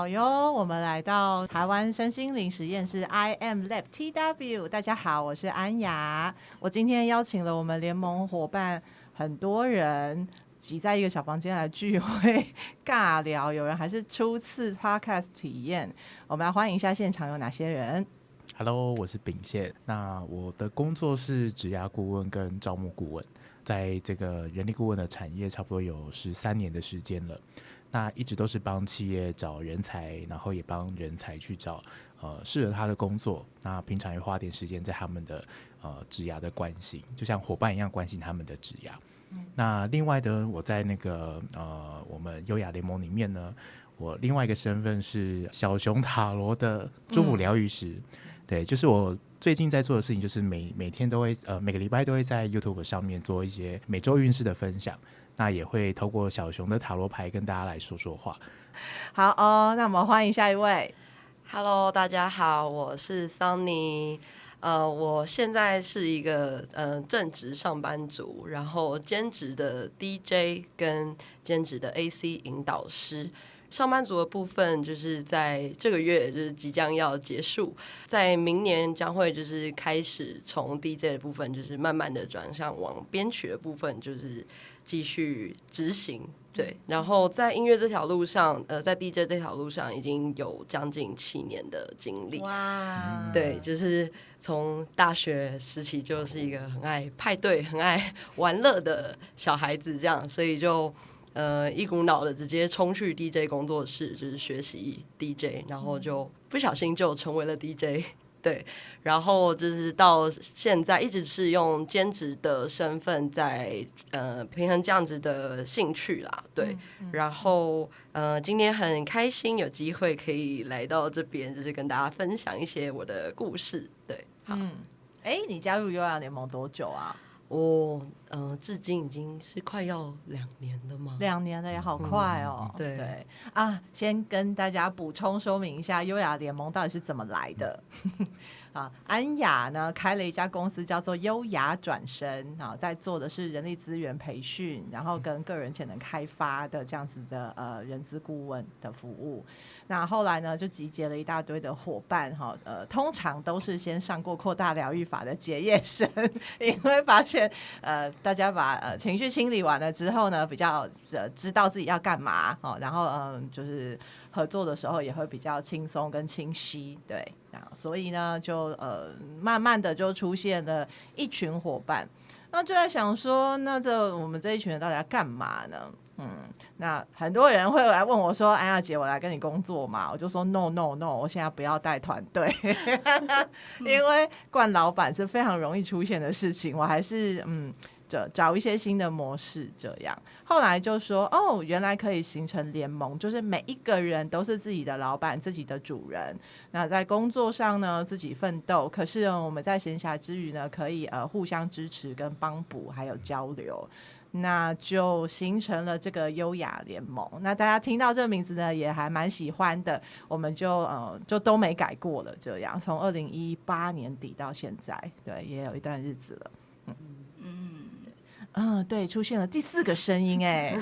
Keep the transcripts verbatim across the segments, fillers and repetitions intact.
好哟，我们来到台湾身心灵实验室 I am Lab T W。 大家好，我是安雅。我今天邀请了我们联盟伙伴很多人挤在一个小房间来聚会尬聊，有人还是初次 podcast 体验。我们来欢迎一下现场有哪些人。 Hello， 我是秉宪。那我的工作是职涯顾问跟招募顾问，在这个人力顾问的产业差不多有十三年的时间了。那一直都是帮企业找人才，然后也帮人才去找呃适合他的工作。那平常也花点时间在他们的呃职涯的关心，就像伙伴一样关心他们的职涯。嗯、那另外呢，我在那个呃我们优雅联盟里面呢，我另外一个身份是小熊塔罗的祝福疗愈师。嗯对，就是我最近在做的事情，就是每每天都会呃每个礼拜都会在 YouTube 上面做一些每周运势的分享，那也会透过小熊的塔罗牌跟大家来说说话。 好哦，那我们欢迎下一位。 Hello， 大家好，我是 Sunny。呃，我现在是一个呃正职上班族，然后兼职的 D J 跟兼职的 A C 引导师。上班族的部分就是在这个月就是即将要结束，在明年将会就是开始从 D J 的部分就是慢慢的转向往编曲的部分就是继续执行。对，然后在音乐这条路上，呃，在 D J 这条路上已经有将近七年的经历。 哇， 对，就是从大学时期就是一个很爱派对、很爱玩乐的小孩子，这样，所以就。呃，一股脑的直接冲去 D J 工作室，就是学习 D J， 然后就不小心就成为了 D J， 对，然后就是到现在一直是用兼职的身份在呃平衡这样子的兴趣啦，对，嗯嗯、然后呃今天很开心有机会可以来到这边，就是跟大家分享一些我的故事，对，好，嗯， 哎，你加入优雅联盟多久啊？ 我、哦、呃，至今已经是快要两年了吗？ 两年了也好快哦。嗯、对对啊，先跟大家补充说明一下，优雅联盟到底是怎么来的。啊，安雅呢开了一家公司叫做优雅转身啊，在做的是人力资源培训，然后跟个人潜能开发的这样子的呃人资顾问的服务。那后来呢，就集结了一大堆的伙伴哈，呃，通常都是先上过扩大疗愈法的结业生，因为发现呃大家把呃情绪清理完了之后呢，比较呃知道自己要干嘛哦，然后嗯、呃、就是合作的时候也会比较轻松跟清晰，对，所以呢就呃慢慢的就出现了一群伙伴，那就在想说，那这我们这一群人到底要干嘛呢？嗯，那很多人会来问我说：“安雅姐，我来跟你工作嘛？”我就说 ：“No No No， 我现在不要带团队，因为惯老板是非常容易出现的事情。我还是嗯，找一些新的模式这样。”后来就说：“哦，原来可以形成联盟，就是每一个人都是自己的老板、自己的主人。那在工作上呢，自己奋斗，可是呢我们在闲暇之余呢，可以呃互相支持、跟帮补，还有交流。”那就形成了这个优雅联盟。那大家听到这个名字呢，也还蛮喜欢的，我们就呃就都没改过了。这样，从二零一八年底到现在，对，也有一段日子了。嗯嗯嗯，对，出现了第四个声音哎。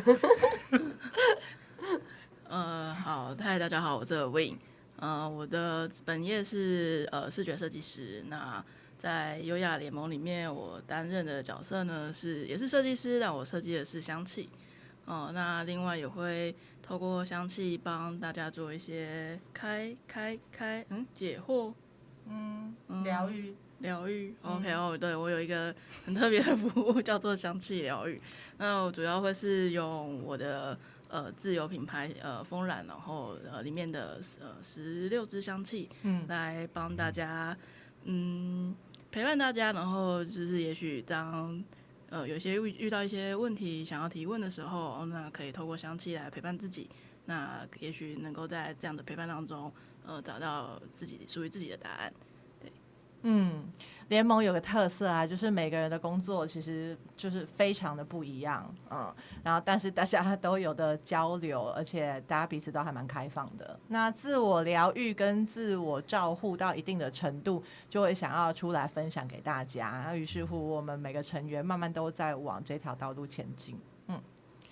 呃，好，嗨，大家好，我是 Win。呃，我的本业是呃视觉设计师。那在优雅联盟里面，我担任的角色呢是也是设计师，但我设计的是香气。哦、呃，那另外也会透过香气帮大家做一些开开开嗯解惑， 嗯疗愈疗愈。OK 哦，对，我有一个很特别的服务叫做香气疗愈。那我主要会是用我的呃自有品牌呃风染，然后呃里面的呃十六支香气，嗯，来帮大家嗯。陪伴大家，然后就是也许当呃有些遇到一些问题想要提问的时候，那可以透过香气来陪伴自己，那也许能够在这样的陪伴当中，呃找到自己属于自己的答案。对， 嗯，联盟有个特色啊，就是每个人的工作其实就是非常的不一样，嗯，然后但是大家都有的交流，而且大家彼此都还蛮开放的。那自我疗愈跟自我照护到一定的程度，就会想要出来分享给大家。那于是乎，我们每个成员慢慢都在往这条道路前进。嗯，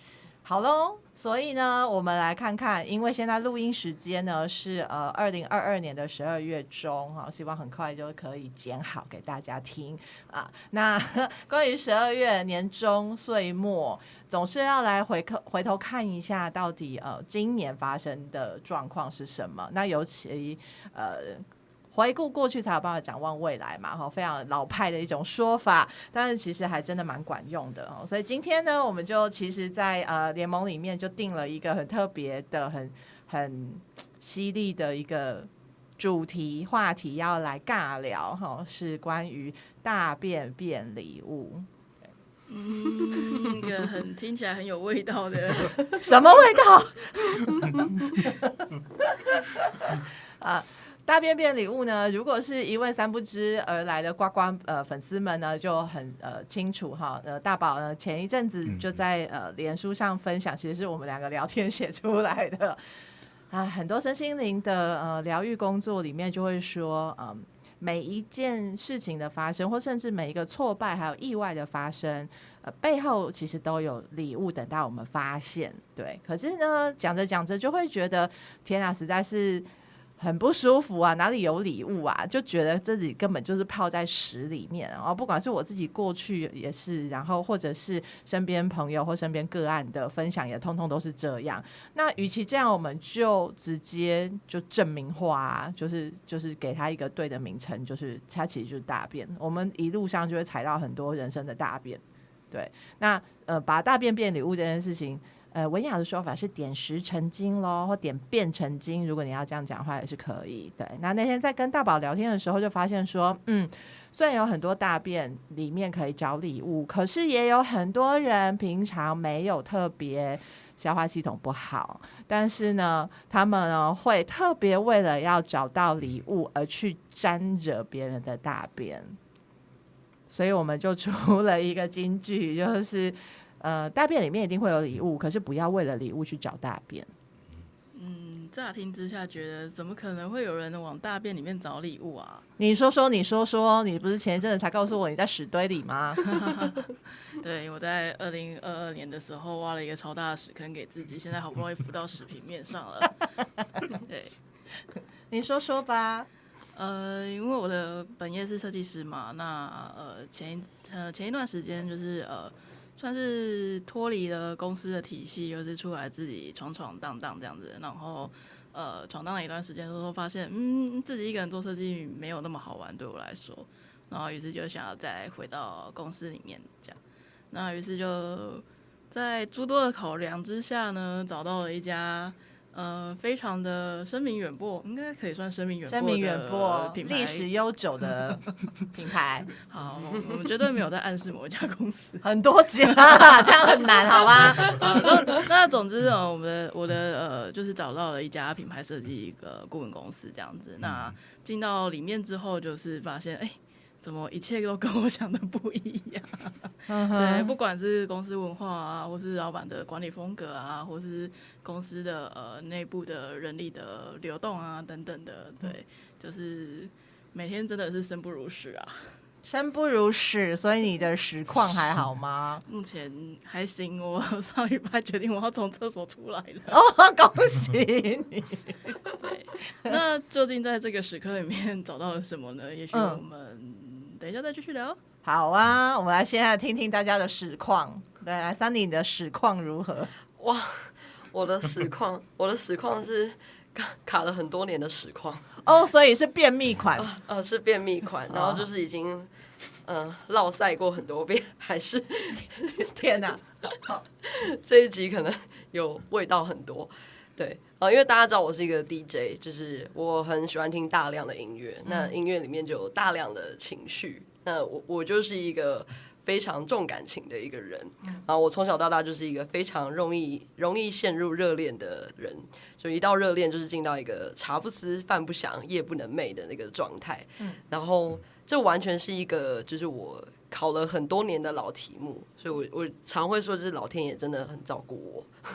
好咯，所以呢，我们来看看，因为现在录音时间呢是呃二零二二年的十二月中哈，希望很快就可以剪好给大家听啊。那关于十二月年中岁末，总是要来回回头看一下，到底呃今年发生的状况是什么？那尤其呃。回顾过去才有办法展望未来嘛，非常老派的一种说法，但是其实还真的蛮管用的。所以今天呢，我们就其实在呃联盟里面就定了一个很特别的、很很犀利的一个主题话题，要来尬聊，是关于大便变礼物。 嗯，一个很听起来很有味道的什么味道？啊。大便变礼物呢？如果是一问三不知而来的呱呱呃粉丝们呢，就很呃清楚哈。呃，大宝呢前一阵子就在呃脸书上分享，其实是我们两个聊天写出来的啊。很多身心灵的呃疗愈工作里面就会说，嗯、呃，每一件事情的发生，或甚至每一个挫败还有意外的发生，呃，背后其实都有礼物等待我们发现。对，可是呢，讲着讲着就会觉得，天啊，实在是。很不舒服啊，哪里有礼物啊？就觉得自己根本就是泡在屎里面。然后不管是我自己过去也是，然后或者是身边朋友或身边个案的分享，也通通都是这样。那与其这样，我们就直接就证明化啊，就是就是给他一个对的名称，就是它其实就是大便。我们一路上就会踩到很多人生的大便。对，那呃，把大便变礼物这件事情。呃，文雅的说法是点石成金咯，或点变成金，如果你要这样讲的话也是可以。对，那那天在跟大宝聊天的时候就发现说，嗯，虽然有很多大便里面可以找礼物，可是也有很多人平常没有特别消化系统不好，但是呢他们呢会特别为了要找到礼物而去沾惹别人的大便，所以我们就出了一个金句，就是呃，大便里面一定会有礼物，可是不要为了礼物去找大便。 嗯，乍听之下觉得怎么可能会有人往大便里面找礼物啊？ 你说说，你说说，你不是前一阵子才告诉我你在屎堆里吗？ 对，我在二零二二年的时候挖了一个超大的屎坑给自己，现在好不容易浮到屎平面上了。对， 你说说吧。 呃，因为我的本业是设计师嘛，那呃前一呃前一段时间就是呃。算是脱离了公司的体系，又是出来自己闯闯荡荡这样子，然后呃闯荡了一段时间之后，发现嗯自己一个人做设计没有那么好玩对我来说，然后于是就想要再回到公司里面这样，那于是就在诸多的考量之下呢，找到了一家。呃，非常的声名远播，应该可以算声名远播的声名远播品牌， 历史悠久的品牌。 好，我们绝对没有在暗示某一家公司， 很多家，这样很难，好吗？ 那, 那总之呢，我们的我的呃，就是找到了一家品牌设计一个顾问公司这样子。那进到里面之后，就是发现，哎、欸。怎么一切都跟我想的不一样？对，不管是公司文化啊，或是老板的管理风格啊，或是公司的呃内部的人力的流动啊等等的，对，就是每天真的是生不如死啊。 生不如死，所以你的实况还好吗？ 目前还行，我上礼拜决定我要从厕所出来了。 哦，恭喜你！ 对，那究竟在这个时刻里面找到了什么呢？也许我们等一下再继续聊。 好啊，我们来先来听听大家的实况。对，来，Sunny，你的实况如何？ 哇，我的实况，我的实况是卡了很多年的实况。 哦，所以是便秘款。 呃, 呃，是便秘款，然后就是已经呃落赛过很多遍，还是天哪！ 这一集可能有味道很多。对，呃，因为大家知道我是一个 D J， 就是我很喜欢听大量的音乐，那音乐里面就有大量的情绪，那我我就是一个非常重感情的一个人，然后我从小到大就是一个非常容易容易陷入热恋的人，就一到热恋就是进到一个茶不思饭不想夜不能寐的那个状态，然后这完全是一个就是我考了很多年的老题目，所以我我常会说就是老天爷真的很照顾我。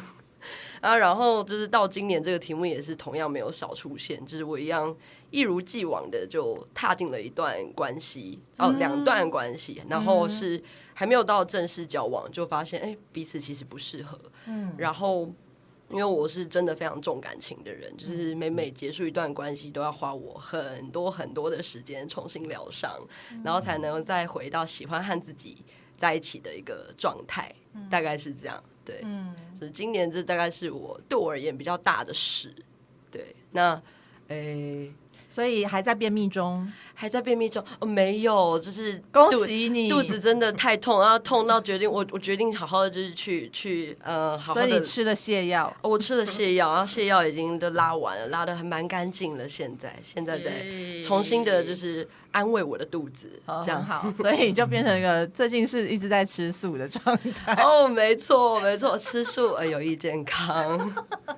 啊，然后就是到今年这个题目也是同样没有少出现，就是我一样一如既往的就踏进了一段关系，哦，两段关系，然后是还没有到正式交往，就发现哎彼此其实不适合，嗯，然后因为我是真的非常重感情的人，就是每每结束一段关系都要花我很多很多的时间重新疗伤，然后才能再回到喜欢和自己在一起的一个状态，大概是这样。对，嗯，所以今年这大概是我对我而言比较大的事。对，那诶。 所以还在便秘中， 还在便秘中、哦、没有，就是恭喜你， 肚子真的太痛，然后痛到决定我我决定好好的就是去去呃好好的， 所以你吃了泻药、 哦，我吃了泻药，然后泻药已经都拉完了，拉得还蛮干净了，现在现在在重新的就是安慰我的肚子，这样好，所以你就变成一个最近是一直在吃素的状态。 哦，没错没错，吃素呃有益健康。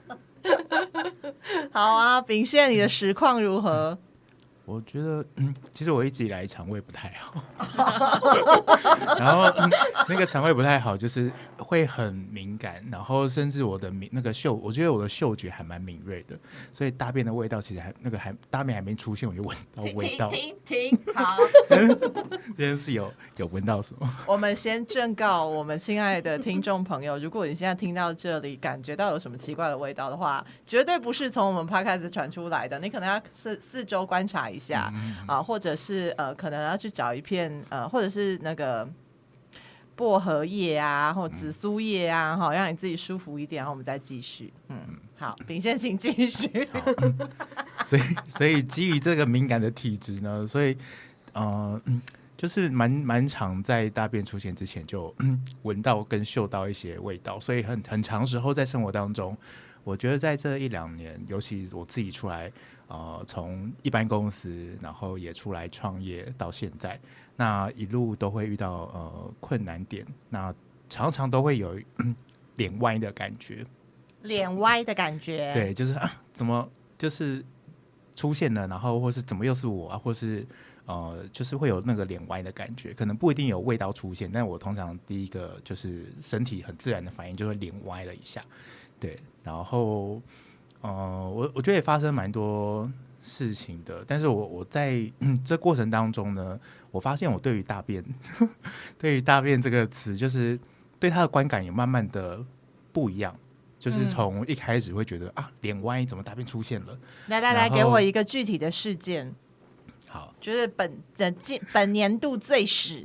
好啊，秉宪你的实况如何？ 我觉得、嗯、其实我一直以来肠胃不太好然后、嗯、那个肠胃不太好就是会很敏感，然后甚至我的那个嗅我觉得我的嗅觉还蛮敏锐的，所以大便的味道其实还那个还大便还没出现我就闻到味道。 停停停，好今天是有有闻到什么？ 我们先正告我们亲爱的听众朋友，如果你现在听到这里感觉到有什么奇怪的味道的话，绝对不是从我们 podcast 传出来的，你可能要四四周观察一下、嗯啊、或者是呃可能要去找一片呃或者是那个薄荷叶啊或紫苏叶啊、嗯、让你自己舒服一点，然后我们再继续。嗯，好，秉宪请继续。 所以所以基于这个敏感的体质呢，所以呃就是蛮蛮常在大便出现之前就闻到跟嗅到一些味道，所以很很长时候在生活当中，我觉得在这一两年，尤其我自己出来呃从一般公司然后也出来创业到现在，那一路都会遇到呃困难点，那常常都会有脸歪的感觉。 脸歪的感觉， 对，就是、啊、怎么就是出现了，然后或是怎么又是我啊，或是呃，就是会有那个脸歪的感觉，可能不一定有味道出现，但我通常第一个就是身体很自然的反应就会脸歪了一下，对，然后呃，我我觉得也发生蛮多事情的，但是我我在、嗯、这过程当中呢，我发现我对于大便对于大便这个词，就是对它的观感也慢慢的不一样。就是从一开始会觉得、嗯、啊，脸歪怎么大便出现了？ 来来来，给我一个具体的事件。 好， 就是本本年度最屎。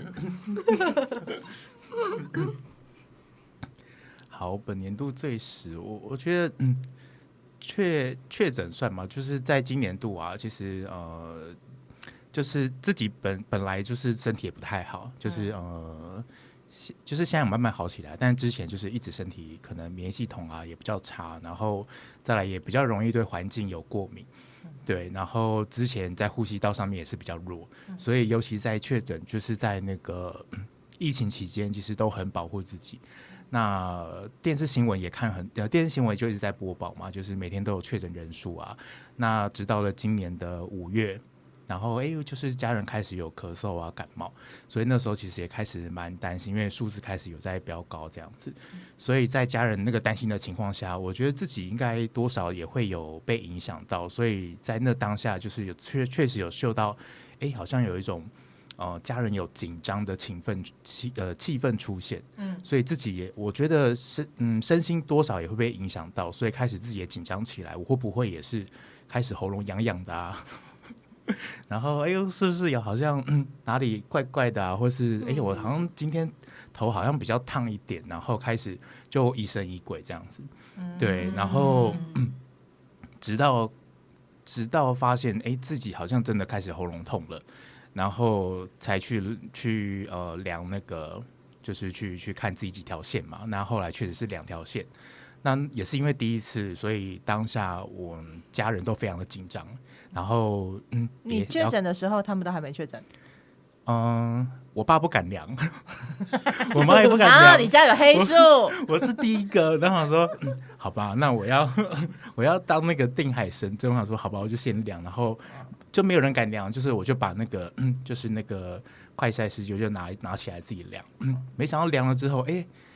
好，本年度最屎，我我觉得嗯，确确诊算吗？就是在今年度啊，其实呃，就是自己本本来就是身体也不太好，就是、嗯、呃。就是现在慢慢好起来，但之前就是一直身体可能免疫系统啊也比较差，然后再来也比较容易对环境有过敏，对，然后之前在呼吸道上面也是比较弱，所以尤其在确诊就是在那个、嗯、疫情期间其实都很保护自己。那电视新闻也看很呃，电视新闻就一直在播报嘛，就是每天都有确诊人数啊。那直到了今年的五月，然后哎，就是家人开始有咳嗽啊、感冒，所以那时候其实也开始蛮担心，因为数字开始有在飙高这样子。所以在家人那个担心的情况下，我觉得自己应该多少也会有被影响到，所以在那当下就是有确确实有嗅到，哎，好像有一种呃家人有紧张的气氛气呃气氛出现，嗯，所以自己也我觉得是嗯身心多少也会被影响到，所以开始自己也紧张起来，我会不会也是开始喉咙痒痒的啊？然后哎呦，是不是有好像、嗯、哪里怪怪的啊？或是哎，我好像今天头好像比较烫一点，然后开始就疑神疑鬼这样子，嗯、对，然后、嗯、直到直到发现哎自己好像真的开始喉咙痛了，然后才去去呃量那个，就是去去看自己几条线嘛。那后来确实是两条线，那也是因为第一次，所以当下我家人都非常的紧张。然后，嗯， 你确诊的时候，他们都还没确诊。 嗯，我爸不敢量，我妈也不敢量。 啊，你家有黑数？ 我, 我是第一个。然后我说、嗯，好吧，那我要我要当那个定海神针。我想说，好吧，我就先量，然后就没有人敢量，就是我就把那个，嗯、就是那个快筛试剂就拿拿起来自己量。嗯，没想到量了之后，哎。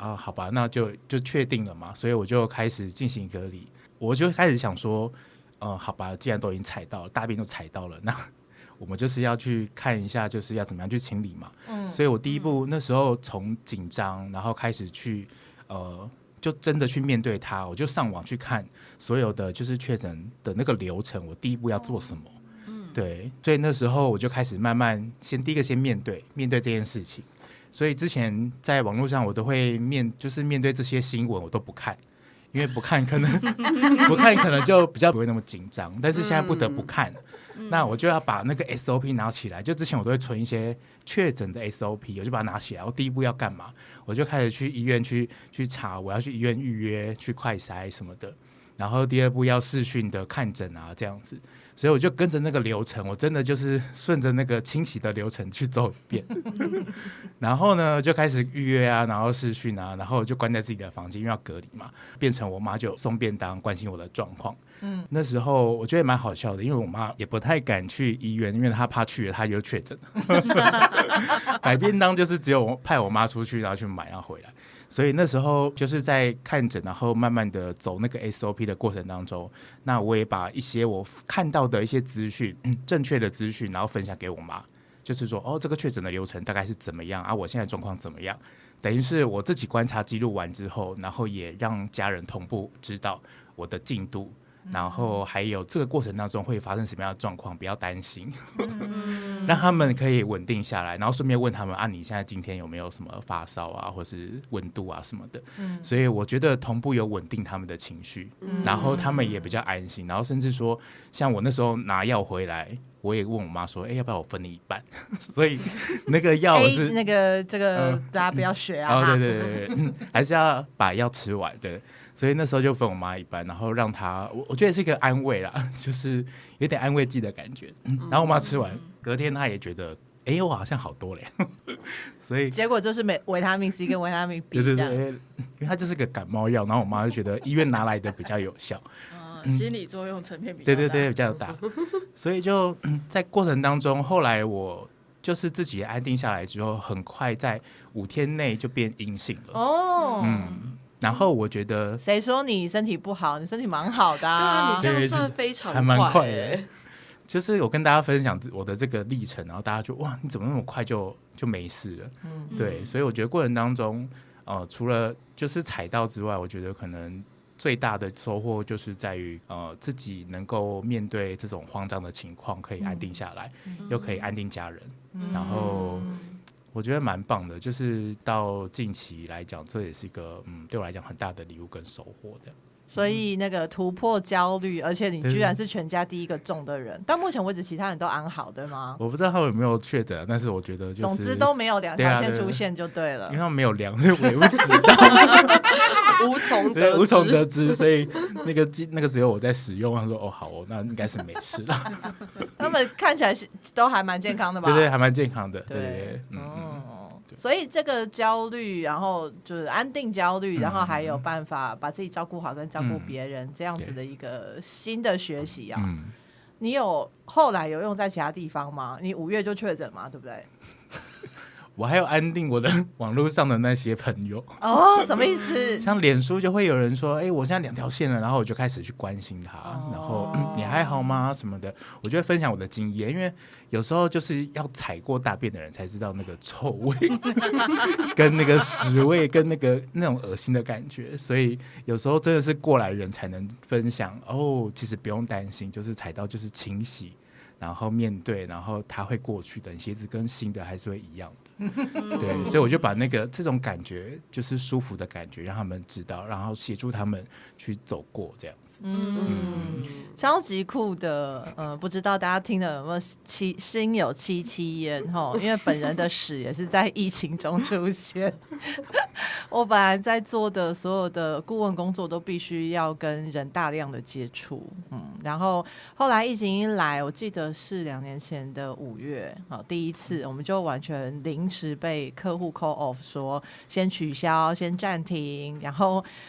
啊，好吧，那就就确定了嘛，所以我就开始进行隔离。我就开始想说，呃，好吧，既然都已经踩到了，大便都踩到了，那我们就是要去看一下，就是要怎么样去清理嘛。嗯，所以我第一步、嗯、那时候从紧张，然后开始去呃，就真的去面对它。我就上网去看所有的就是确诊的那个流程，我第一步要做什么。嗯，对，所以那时候我就开始慢慢先第一个先面对面对这件事情。所以之前在网络上我都会面就是面对这些新闻我都不看。因为不看可能不看可能就比较不会那么紧张，但是现在不得不看、嗯、那我就要把那个 S O P 拿起来。就之前我都会存一些确诊的 S O P， 我就把它拿起来。我第一步要干嘛？我就开始去医院去去查，我要去医院预约去快筛什么的。然后第二步要视讯的看诊啊，这样子。所以我就跟着那个流程，我真的就是顺着那个清洗的流程去走一遍。然后呢就开始预约啊，然后视讯啊，然后就关在自己的房间，因为要隔离嘛。变成我妈就送便当关心我的状况。嗯，那时候我觉得蛮好笑的，因为我妈也不太敢去医院，因为她怕去了她就确诊了。买便当就是只有派我妈出去，然后去买，然后回来。所以那时候就是在看诊，然后慢慢的走那个 S O P 的过程当中，那我也把一些我看到的一些资讯、嗯、正确的资讯，然后分享给我妈，就是说哦，这个确诊的流程大概是怎么样啊？我现在状况怎么样？等于是我自己观察记录完之后，然后也让家人同步知道我的进度。然后还有这个过程当中会发生什么样的状况，不要担心。让他们可以稳定下来，然后顺便问他们啊，你现在今天有没有什么发烧啊，或是温度啊什么的。嗯，所以我觉得同步有稳定他们的情绪，嗯，然后他们也比较安心。然后甚至说像我那时候拿药回来，我也问我妈说，哎、欸，要不要我分你一半？所以那个药是、 欸、那个这个、嗯、大家不要学啊。 哦，对对对对、嗯，还是要把药吃完。对，所以那时候就分我妈一半，然后让她，我我觉得是一个安慰啦，就是有点安慰剂的感觉。嗯、然后我妈吃完，隔天她也觉得，哎、欸，我好像好多了。所以结果就是维他命 C 跟维他命 B。 对对对，因为它就是个感冒药，然后我妈就觉得医院拿来的比较有效。 嗯、心理作用层面比较大， 对对对，比较大。所以就、嗯、在过程当中，后来我就是自己安定下来之后，很快在五天内就变阴性了。哦，嗯。然后我觉得， 谁说你身体不好？你身体蛮好的、啊， 对啊，你这样算非常快、欸， 还蛮快的。就是我跟大家分享我的这个历程，然后大家就哇，你怎么那么快就就没事了？嗯，对，所以我觉得过程当中，呃，除了就是踩到之外，我觉得可能最大的收获就是在于呃自己能够面对这种慌张的情况，可以安定下来，嗯、又可以安定家人，嗯、然后。我觉得蛮棒的，就是到近期来讲，这也是一个嗯，对我来讲很大的礼物跟收获的。 所以那个突破焦虑，而且你居然是全家第一个中的人，到目前为止其他人都安好，对吗？ 我不知道他们有没有确诊，但是我觉得就是总之都没有两条线出现就对了， 因为他们没有量，所以我也不知道， 无从得知， 无从得知，所以那个那个只有我在使用，他说哦好哦，那应该是没事了。 他们看起来都还蛮健康的吧？ 对对，还蛮健康的，对 对, 对，嗯。 嗯所以这个焦虑，然后就是安定焦虑，然后还有办法把自己照顾好跟照顾别人、嗯、这样子的一个新的学习啊、嗯。你有后来有用在其他地方吗？你五月就确诊嘛，对不对？ 我还有安定我的网络上的那些朋友哦，什么意思？ 像脸书就会有人说，哎、欸，我现在两条线了，然后我就开始去关心他，哦、然后、嗯、你还好吗？什么的，我就会分享我的经验，因为有时候就是要踩过大便的人才知道那个臭味，跟那个屎味，跟那个那种恶心的感觉，所以有时候真的是过来人才能分享。哦，其实不用担心，就是踩到就是清洗，然后面对，然后它会过去的，鞋子跟新的还是会一样的。对，所以我就把那个这种感觉，就是舒服的感觉，让他们知道，然后协助他们去走过这样子。嗯， 嗯超级酷的。呃，不知道大家听了有没有戚心有戚戚焉哈？因为本人的屎也是在疫情中出现。我本来在做的所有的顾问工作都必须要跟人大量的接触，嗯，然后后来疫情一来，我记得是两年前的五月，好，第一次我们就完全临时被客户 call off 说先取消，先暂停，然后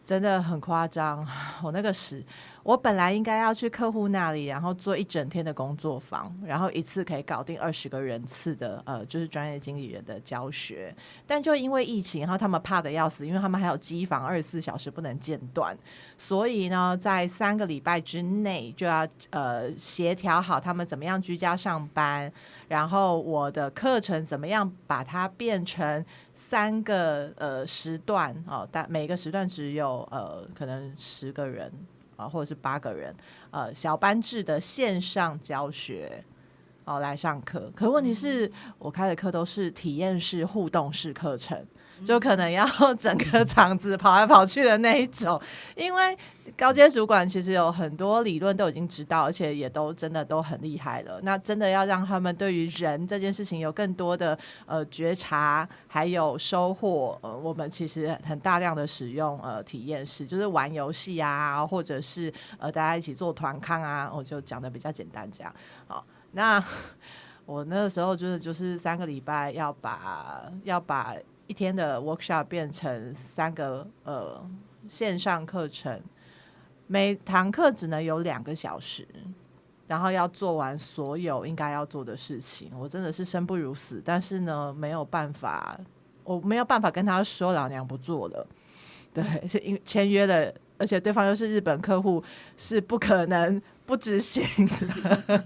真的很夸张。我那个时，我本来应该要去客户那里，然后做一整天的工作坊，然后一次可以搞定二十个人次的呃，就是专业经理人的教学。但就因为疫情，然后他们怕的要死，因为他们还有机房二十四小时不能间断，所以呢，在三个礼拜之内就要呃协调好他们怎么样居家上班，然后我的课程怎么样把它变成三个呃时段哦，但每个时段只有呃可能十个人啊、呃，或者是八个人，呃小班制的线上教学哦来上课。可问题是我开的课都是体验式、互动式课程。就可能要整个场子跑来跑去的那一种，因为高阶主管其实有很多理论都已经知道，而且也都真的都很厉害了。那真的要让他们对于人这件事情有更多的呃觉察，还有收获。呃，我们其实很大量的使用呃体验式，就是玩游戏啊，或者是呃大家一起做团康啊，我就讲的比较简单这样。好，那我那个时候就是就是三个礼拜要把要把。一天的 workshop 变成三个呃线上课程，每堂课只能有两个小时，然后要做完所有应该要做的事情。我真的是生不如死，但是呢没有办法，我没有办法跟他说老娘不做了。对，是因签约了，而且对方又是日本客户，是不可能不执行的。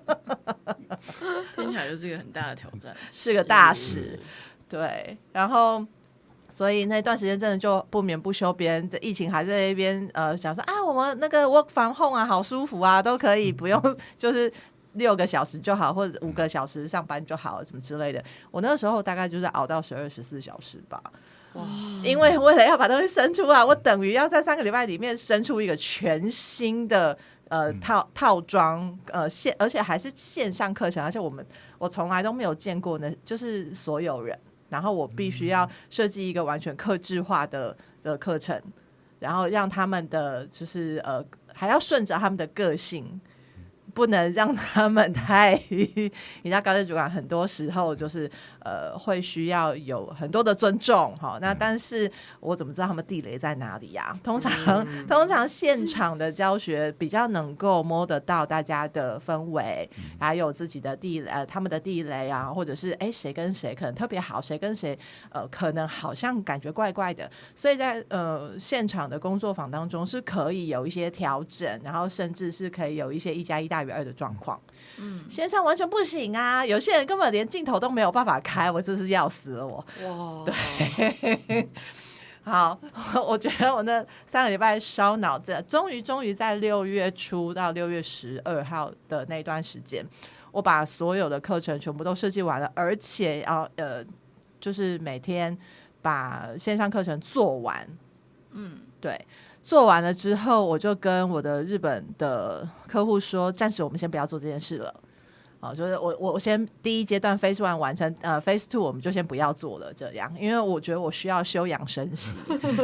听起来就是一个很大的挑战， 是个大事。对，然后所以那段时间真的就不眠不休，别人的疫情还在那边呃想说啊，我们那个 work from home 啊，好舒服啊，都可以不用就是六个小时就好，或者五个小时上班就好，什么之类的。我那个时候大概就是熬到十二十四小时吧。哇！因为为了要把东西生出来，我等于要在三个礼拜里面生出一个全新的呃套套装，呃线，而且还是线上课程，而且我们我从来都没有见过呢，就是所有人。然后我必须要设计一个完全客制化的的课程，然后让他们的就是呃还要顺着他们的个性，不能让他们太你知道高阶主管很多时候就是呃会需要有很多的尊重哈，那但是我怎么知道他们地雷在哪里呀、啊？通常、嗯、通常现场的教学比较能够摸得到大家的氛围，还有自己的地呃他们的地雷啊，或者是哎谁跟谁可能特别好，谁跟谁呃可能好像感觉怪怪的，所以在呃现场的工作坊当中是可以有一些调整，然后甚至是可以有一些一加一大于二的状况。嗯，线上完全不行啊，有些人根本连镜头都没有办法开，我真是要死了我。哇，对。好，我觉得我那三个礼拜烧脑子，终于终于在六月初到六月十二号的那段时间，我把所有的课程全部都设计完了，而且要呃，就是每天把线上课程做完。嗯，对。做完了之后，我就跟我的日本的客户说，暂时我们先不要做这件事了。好，就是我我先第一阶段 phase one 完成，呃 phase two 我们就先不要做了，这样，因为我觉得我需要休养生息。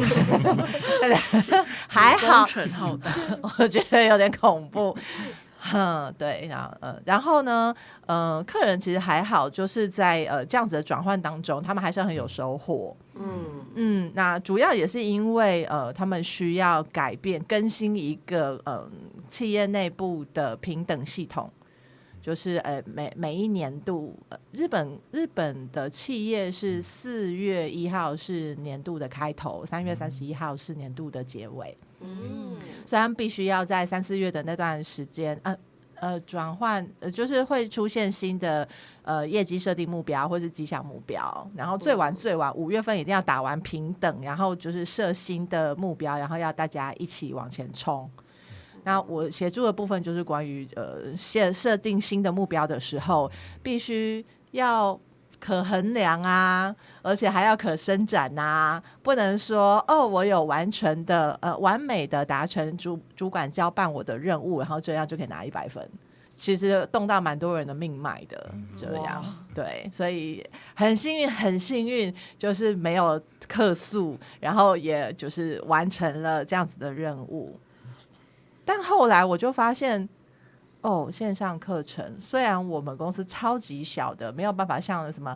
还好， 工程浩大， 我觉得有点恐怖。嗯，对，然后呃，然后呢，呃，客人其实还好，就是在呃这样子的转换当中，他们还是很有收获。嗯嗯，那主要也是因为呃，他们需要改变更新一个呃企业内部的平等系统。就是呃每每一年度，呃、日本日本的企业是四月一号是年度的开头，三月三十一号是年度的结尾。嗯，所以他们必须要在三四月的那段时间，呃呃转换，呃就是会出现新的呃业绩设定目标或是绩效目标，然后最晚最晚五月份一定要打完平等，然后就是设新的目标，然后要大家一起往前冲。那我协助的部分就是关于呃设设定新的目标的时候，必须要可衡量啊，而且还要可伸展啊，不能说哦我有完成的呃完美的达成主主管交办我的任务，然后这样就可以拿一百分。其实动到蛮多人的命脉的，这样对，所以很幸运，很幸运，就是没有客诉，然后也就是完成了这样子的任务。但后来我就发现，哦，线上课程虽然我们公司超级小的，没有办法像什么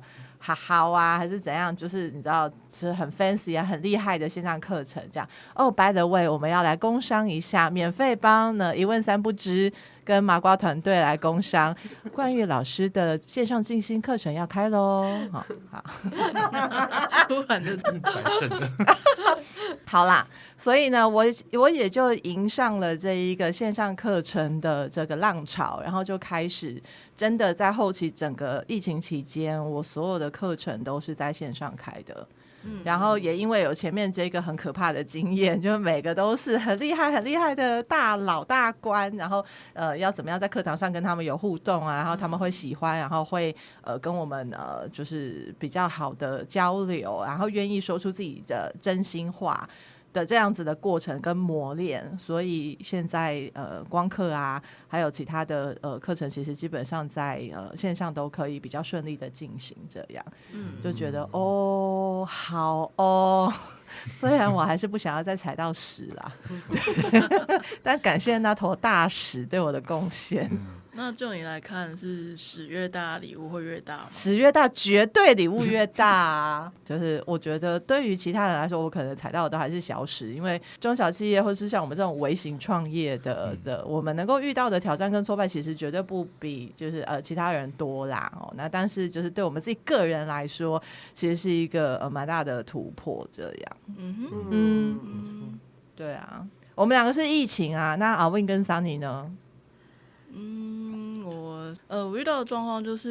哈哈啊，还是怎样，就是你知道是很 fancy 啊，很厉害的线上课程这样。哦、oh, ，by the way， 我们要来工商一下，免费帮呢一问三不知跟麻瓜团队来工商，冠玉老师的线上静心课程要开喽。好，好， 突然就蛮顺的。 好啦，所以呢，我我也就迎上了这一个线上课程的这个浪潮，然后就开始真的在后期整个疫情期间，我所有的课程都是在线上开的。嗯、然后也因为有前面这个很可怕的经验，就每个都是很厉害很厉害的大佬大官，然后呃要怎么样在课堂上跟他们有互动啊，然后他们会喜欢，然后会呃跟我们呃就是比较好的交流，然后愿意说出自己的真心话的这样子的过程跟磨练，所以现在呃光课啊，还有其他的呃课程，其实基本上在呃线上都可以比较顺利的进行，这样，嗯，就觉得哦好哦，虽然我还是不想要再踩到屎啦，但感谢那头大屎对我的贡献。 那就你来看，是屎越大礼物会越大吗？ 屎越大绝对礼物越大啊！就是我觉得对于其他人来说，我可能踩到的都还是小屎，因为中小企业或是像我们这种微型创业的的，我们能够遇到的挑战跟挫败，其实绝对不比就是呃其他人多啦哦。那但是就是对我们自己个人来说，其实是一个呃蛮大的突破，这样。嗯哼，嗯嗯，对啊，我们两个是疫情啊，那阿 Win 跟 Sunny 呢？ 嗯，我呃，我遇到的状况就是，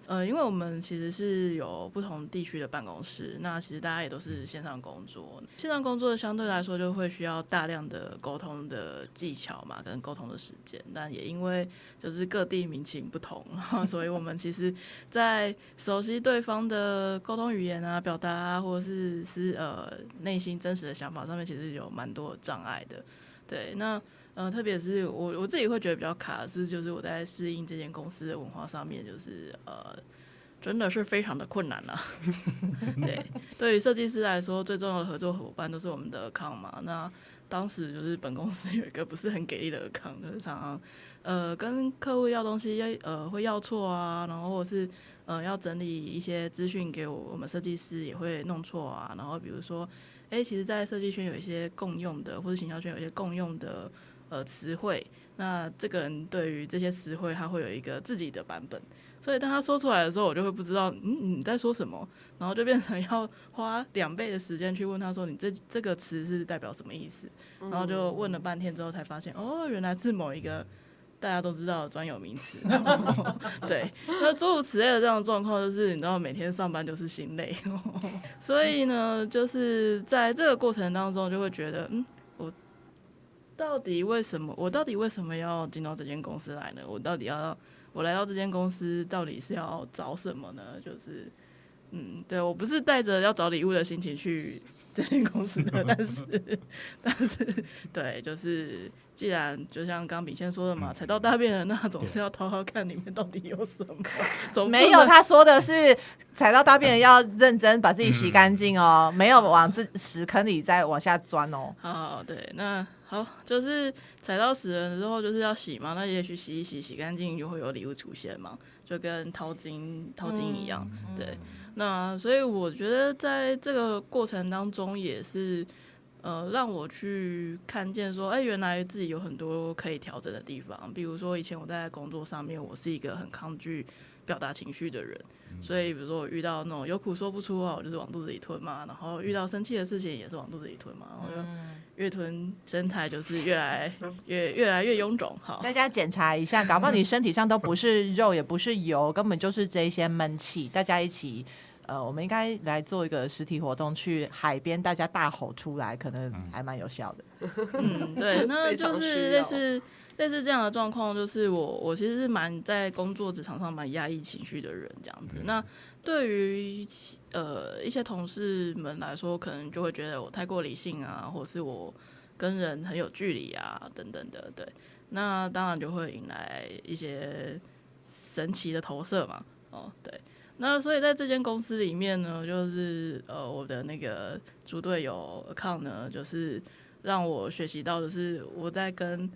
呃，因为我们其实是有不同地区的办公室，那其实大家也都是线上工作，线上工作相对来说就会需要大量的沟通的技巧嘛，跟沟通的时间，但也因为就是各地民情不同，所以我们其实在熟悉对方的沟通语言啊、表达啊，或者是是呃内心真实的想法上面，其实有蛮多的障碍的。对，那。呃，特别是我我自己会觉得比较卡的是，就是我在适应这间公司的文化上面，就是呃，真的是非常的困难啊。对，对于设计师来说，最重要的合作伙伴都是我们的 account 嘛。那当时就是本公司有一个不是很给力的 account，就是常常呃跟客户要东西，呃会要错啊，然后或者是呃要整理一些资讯给我，我们设计师也会弄错啊。然后比如说，哎、欸，其实，在设计圈有一些共用的，或者行销圈有一些共用的。呃，词汇，那这个人对于这些词汇，他会有一个自己的版本，所以当他说出来的时候，我就会不知道，嗯，你在说什么，然后就变成要花两倍的时间去问他说，你这这个词是代表什么意思？然后就问了半天之后，才发现，哦，原来是某一个大家都知道的专有名词。对，那诸如此类的这样的状况，就是你知道，每天上班就是心累，所以呢，就是在这个过程当中，就会觉得，嗯，我。到底为什么？我到底为什么要进到这间公司来呢？我到底要我来到这间公司，到底是要找什么呢？就是，嗯，对我不是带着要找礼物的心情去这间公司的，但是，但是，对，就是既然就像刚刚秉宪说的嘛，踩到大便了，那总是要掏掏看里面到底有什么。 没有，他说的是踩到大便要认真把自己洗干净哦，没有往自屎坑里再往下钻哦。 好，对，那。好，就是踩到死人之后就是要洗嘛，那也许洗一洗洗干净就会有礼物出现嘛，就跟掏金掏金一样，嗯、对。那所以我觉得在这个过程当中也是，呃，让我去看见说，哎、欸，原来自己有很多可以调整的地方。比如说以前我在工作上面，我是一个很抗拒表达情绪的人，所以比如说我遇到那种有苦说不出啊，我就是往肚子里吞嘛，然后遇到生气的事情也是往肚子里吞嘛，然后就越吞身材就是越来越越来越臃肿。好， 大家检查一下，搞不好你身体上都不是肉也不是油，根本就是这些闷气。大家一起呃，我们应该来做一个实体活动，去海边大家大吼出来，可能还蛮有效的。 嗯，对，那就是类似类似这样的状况，就是我我其实是蛮在工作职场上蛮压抑情绪的人，这样子。那对于呃一些同事们来说，可能就会觉得我太过理性啊，或是我跟人很有距离啊，等等的。对，那当然就会引来一些神奇的投射嘛。哦，对。那所以在这间公司里面呢，就是呃我的那个猪队友 account 呢，就是让我学习到的是我在跟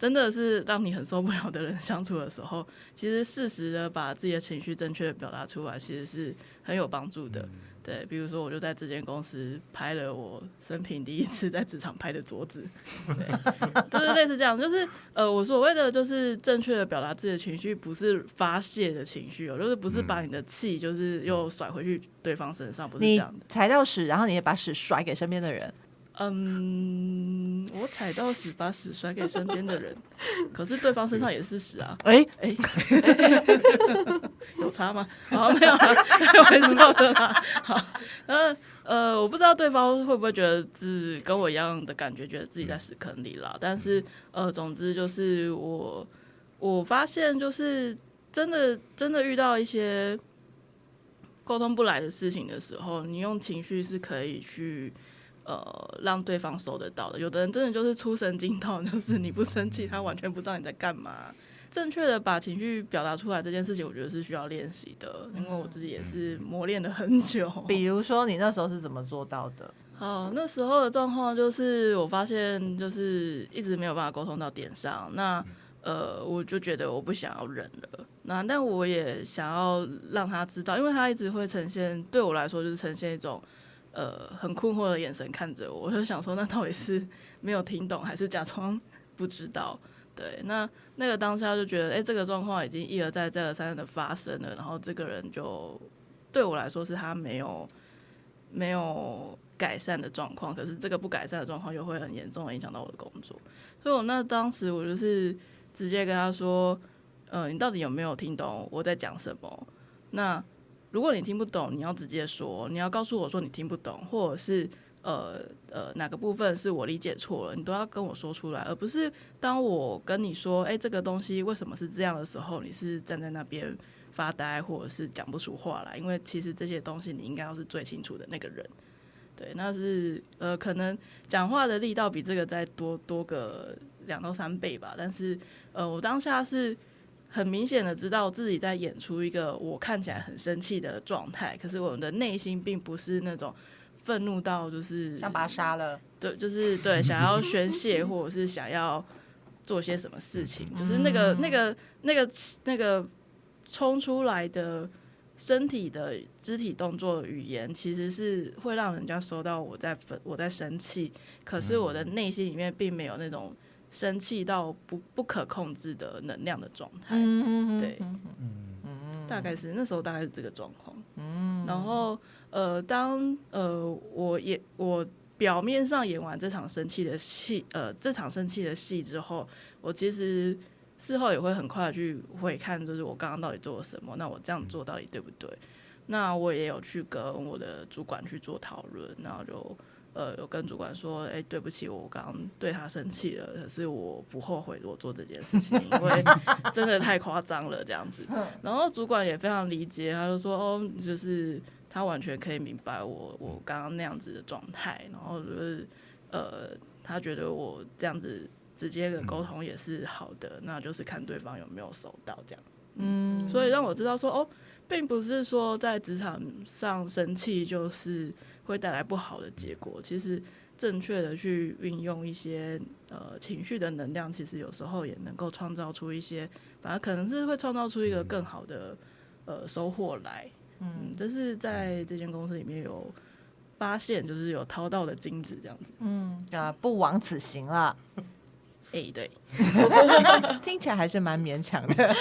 真的是让你很受不了的人相处的时候，其实适时的把自己的情绪正确的表达出来，其实是很有帮助的。对，比如说我就在这间公司拍了我生平第一次在职场拍的桌子，对，就是类似这样，就是呃，我所谓的就是正确的表达自己的情绪，不是发泄的情绪哦，就是不是把你的气就是又甩回去对方身上，不是这样的。 你踩到屎，然后你也把屎甩给身边的人。 嗯，我踩到屎，把屎甩给身边的人，可是对方身上也是屎啊！ 哎哎、欸，有差吗？好，没有啦，开玩笑的啦。好，呃呃，我不知道对方会不会觉得是跟我一样的感觉，觉得自己在屎坑里啦。但是呃，总之就是我我发现，就是真的真的遇到一些沟通不来的事情的时候，你用情绪是可以去。呃，让对方收得到的。有的人真的就是出神经到，就是你不生气，他完全不知道你在干嘛。正确的把情绪表达出来这件事情，我觉得是需要练习的，因为我自己也是磨练了很久。 比如说，你那时候是怎么做到的？ 好，那时候的状况就是我发现就是一直没有办法沟通到点上，那呃，我就觉得我不想要忍了。那但我也想要让他知道，因为他一直会呈现，对我来说就是呈现一种。呃，很困惑的眼神看着我，我就想说，那到底是没有听懂，还是假装不知道？对，那那个当下就觉得，哎、欸，这个状况已经一而再、再而三的发生了，然后这个人就对我来说是他没有没有改善的状况，可是这个不改善的状况又会很严重的影响到我的工作，所以我那当时我就是直接跟他说，呃，你到底有没有听懂我在讲什么？那如果你听不懂，你要直接说，你要告诉我说你听不懂，或者是呃呃哪个部分是我理解错了，你都要跟我说出来，而不是当我跟你说，哎、欸，这个东西为什么是这样的时候，你是站在那边发呆，或者是讲不出话来，因为其实这些东西你应该要是最清楚的那个人。对，那是呃可能讲话的力道比这个再多多个两到三倍吧，但是呃我当下是。很明显的知道自己在演出一个我看起来很生气的状态，可是我的内心并不是那种愤怒到就是想把他杀了， 对，就是对想要宣泄或者是想要做些什么事情，就是那个那个那个那个冲出来的身体的肢体动作语言，其实是会让人家收到我在我在生气，可是我的内心里面并没有那种。生气到不不可控制的能量的状态，嗯、对，嗯、大概是那时候大概是这个状况。嗯、然后呃，当呃我也我表面上演完这场生气的戏，呃这场生气的戏之后，我其实事后也会很快的去回看，就是我刚刚到底做了什么，那我这样做到底对不对？那我也有去跟我的主管去做讨论，然后就。呃，有跟主管说，哎、欸，对不起，我刚刚对他生气了，可是我不后悔我做这件事情，因为真的太夸张了这样子。然后主管也非常理解，他就说，哦，就是他完全可以明白我我刚刚那样子的状态，然后就是呃，他觉得我这样子直接的沟通也是好的，那就是看对方有没有收到这样。嗯，所以让我知道说，哦，并不是说在职场上生气就是会带来不好的结果。其实正确的去运用一些呃情绪的能量，其实有时候也能够创造出一些，反而可能是会创造出一个更好的呃收获来。嗯，这是在这间公司里面有发现，就是有掏到的金子这样子。 嗯啊，不枉此行了。 哎、欸，对， 听起来还是蛮勉强的。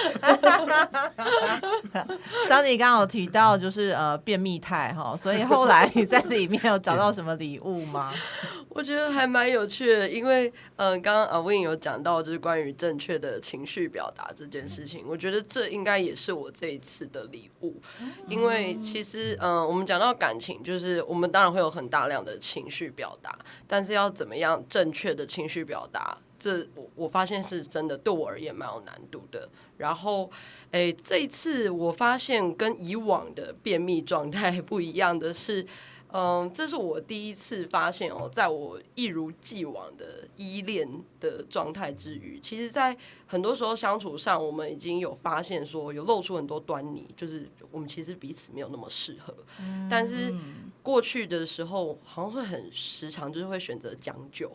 桑尼刚刚有提到就是呃便秘态哈，所以后来你在里面有找到什么礼物吗？ 我觉得还蛮有趣的，因为嗯，刚刚阿 Win 有讲到就是关于正确的情绪表达这件事情，我觉得这应该也是我这一次的礼物，因为其实嗯，我们讲到感情，就是我们当然会有很大量的情绪表达，但是要怎么样正确的情绪表达？这我我发现是真的对我而言蛮有难度的。然后，诶，这一次我发现跟以往的便秘状态不一样的是，嗯，这是我第一次发现哦，在我一如既往的依恋的状态之余，其实，在很多时候相处上，我们已经有发现说，有露出很多端倪，就是我们其实彼此没有那么适合。但是过去的时候，好像会很时常就是会选择将就。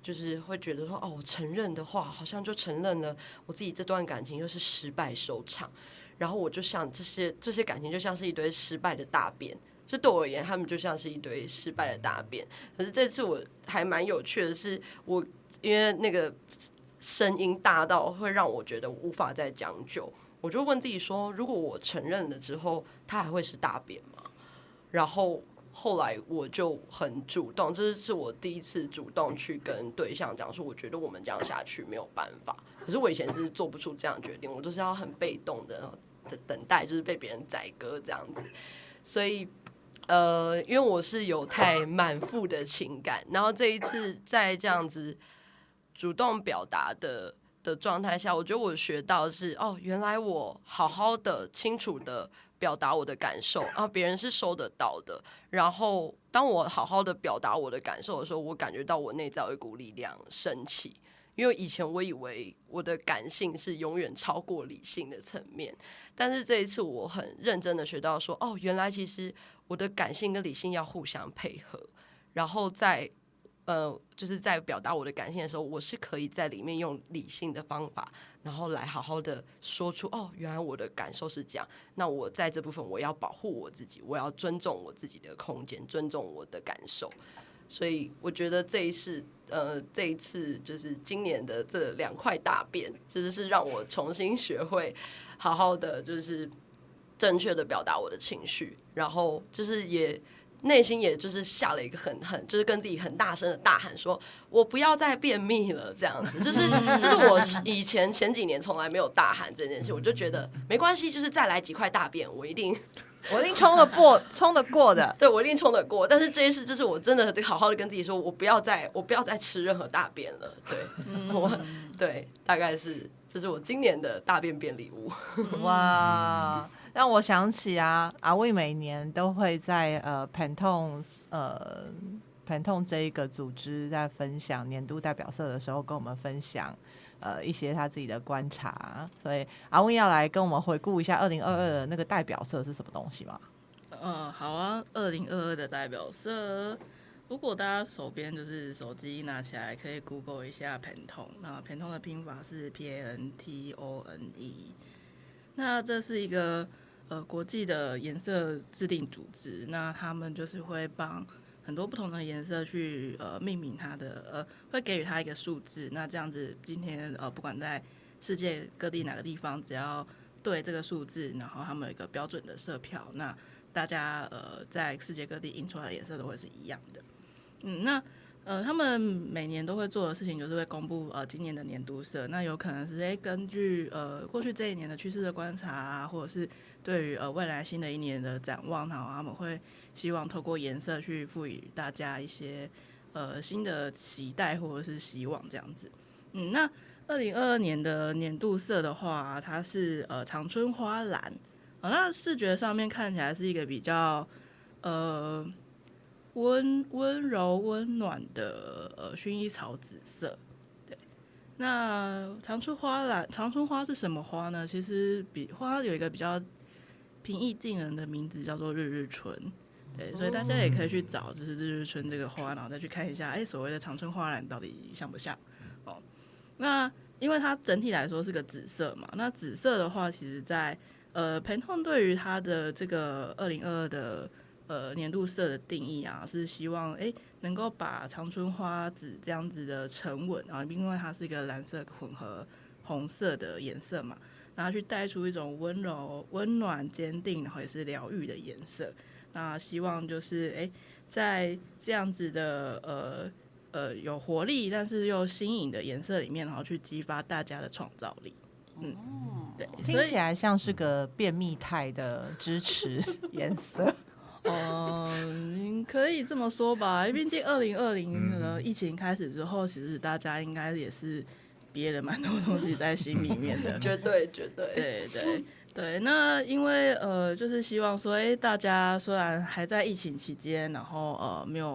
就是会觉得说，哦，我承认的话，好像就承认了我自己这段感情又是失败收场，然后我就像这些这些感情就像是一堆失败的大便。就对我而言，他们就像是一堆失败的大便。可是这次我还蛮有趣的是，我因为那个声音大到会让我觉得无法再将就，我就问自己说：如果我承认了之后，它还会是大便吗？然后后来我就很主动，这是我第一次主动去跟对象讲说，我觉得我们这样下去没有办法。可是我以前是做不出这样的决定，我就是要很被动的等待，就是被别人宰割这样子。所以。呃，因为我是有太满腹的情感，然后这一次在这样子主动表达的的状态下，我觉得我学到的是，哦，原来我好好的、清楚的表达我的感受，然后别人是收得到的。然后当我好好的表达我的感受的时候，我感觉到我内在有一股力量升起。因为以前我以为我的感性是永远超过理性的层面，但是这一次我很认真的学到说，哦，原来其实我的感性跟理性要互相配合，然后在呃，就是在表达我的感性的时候，我是可以在里面用理性的方法，然后来好好的说出，哦，原来我的感受是这样。那我在这部分我要保护我自己，我要尊重我自己的空间，尊重我的感受。所以我觉得这一次，呃，这一次就是今年的这两块大便，其实是让我重新学会好好的，就是正确的表达我的情绪，然后就是也内心也就是下了一个很很，就是跟自己很大声的大喊说，我不要再便秘了，这样子，就是就是我以前前几年从来没有大喊这件事，我就觉得没关系，就是再来几块大便，我一定。 我一定冲得过，冲得过的。 对，我一定冲得过。但是这一次，就是我真的得好好的跟自己说，我不要再，我不要再吃任何大便了。对，嗯、我对，大概是这是我今年的大便便礼物。 哇，让我想起啊，阿卫每年都会在呃 Pantone 呃 Pantone 这一个组织在分享年度代表色的时候，跟我们分享。呃，一些他自己的观察，所以阿温要来跟我们回顾一下二零二二的那个代表色是什么东西吗？ 嗯，好啊，二零二二的代表色，如果大家手边就是手机拿起来，可以 Google 一下 Pantone， 那 Pantone 的拼法是 P A N T O N E， 那这是一个呃国际的颜色制定组织，那他们就是会帮很多不同的颜色去呃命名它的呃，会给予它一个数字。那这样子，今天呃不管在世界各地哪个地方，只要对这个数字，然后他们有一个标准的色票，那大家呃在世界各地印出来的颜色都会是一样的。嗯，那呃他们每年都会做的事情就是会公布呃今年的年度色。那有可能是诶根据呃过去这一年的趋势的观察啊，或者是对于呃未来新的一年的展望，然后他们会希望透过颜色去赋予大家一些呃新的期待或者是希望这样子。嗯，那二零二二年的年度色的话，它是呃长春花蓝，呃、那视觉上面看起来是一个比较呃温温柔温暖的呃薰衣草紫色。对，那长春花蓝，长春花是什么花呢？其实比花有一个比较平易近人的名字叫做日日春。对，所以大家也可以去找，就是日日春这个花，然后再去看一下，哎，所谓的长春花蓝到底像不像？哦，那因为它整体来说是个紫色嘛，那紫色的话，其实在呃 Pantone 对于它的这个二零二二的呃年度色的定义啊，是希望哎能够把长春花紫这样子的沉稳啊，因为它是一个蓝色混合红色的颜色嘛，然后去带出一种温柔、温暖、坚定，然后也是疗愈的颜色。那希望就是哎，在这样子的呃呃有活力但是又新颖的颜色里面，然后去激发大家的创造力。嗯，对， 听起来像是个便秘态的支持颜色。 嗯，可以这么说吧。毕竟二零二零的疫情开始之后，其实大家应该也是憋了蛮多东西在心里面的。 绝对绝对， 对对。对，那因为呃，就是希望说，哎，大家虽然还在疫情期间，然后呃没有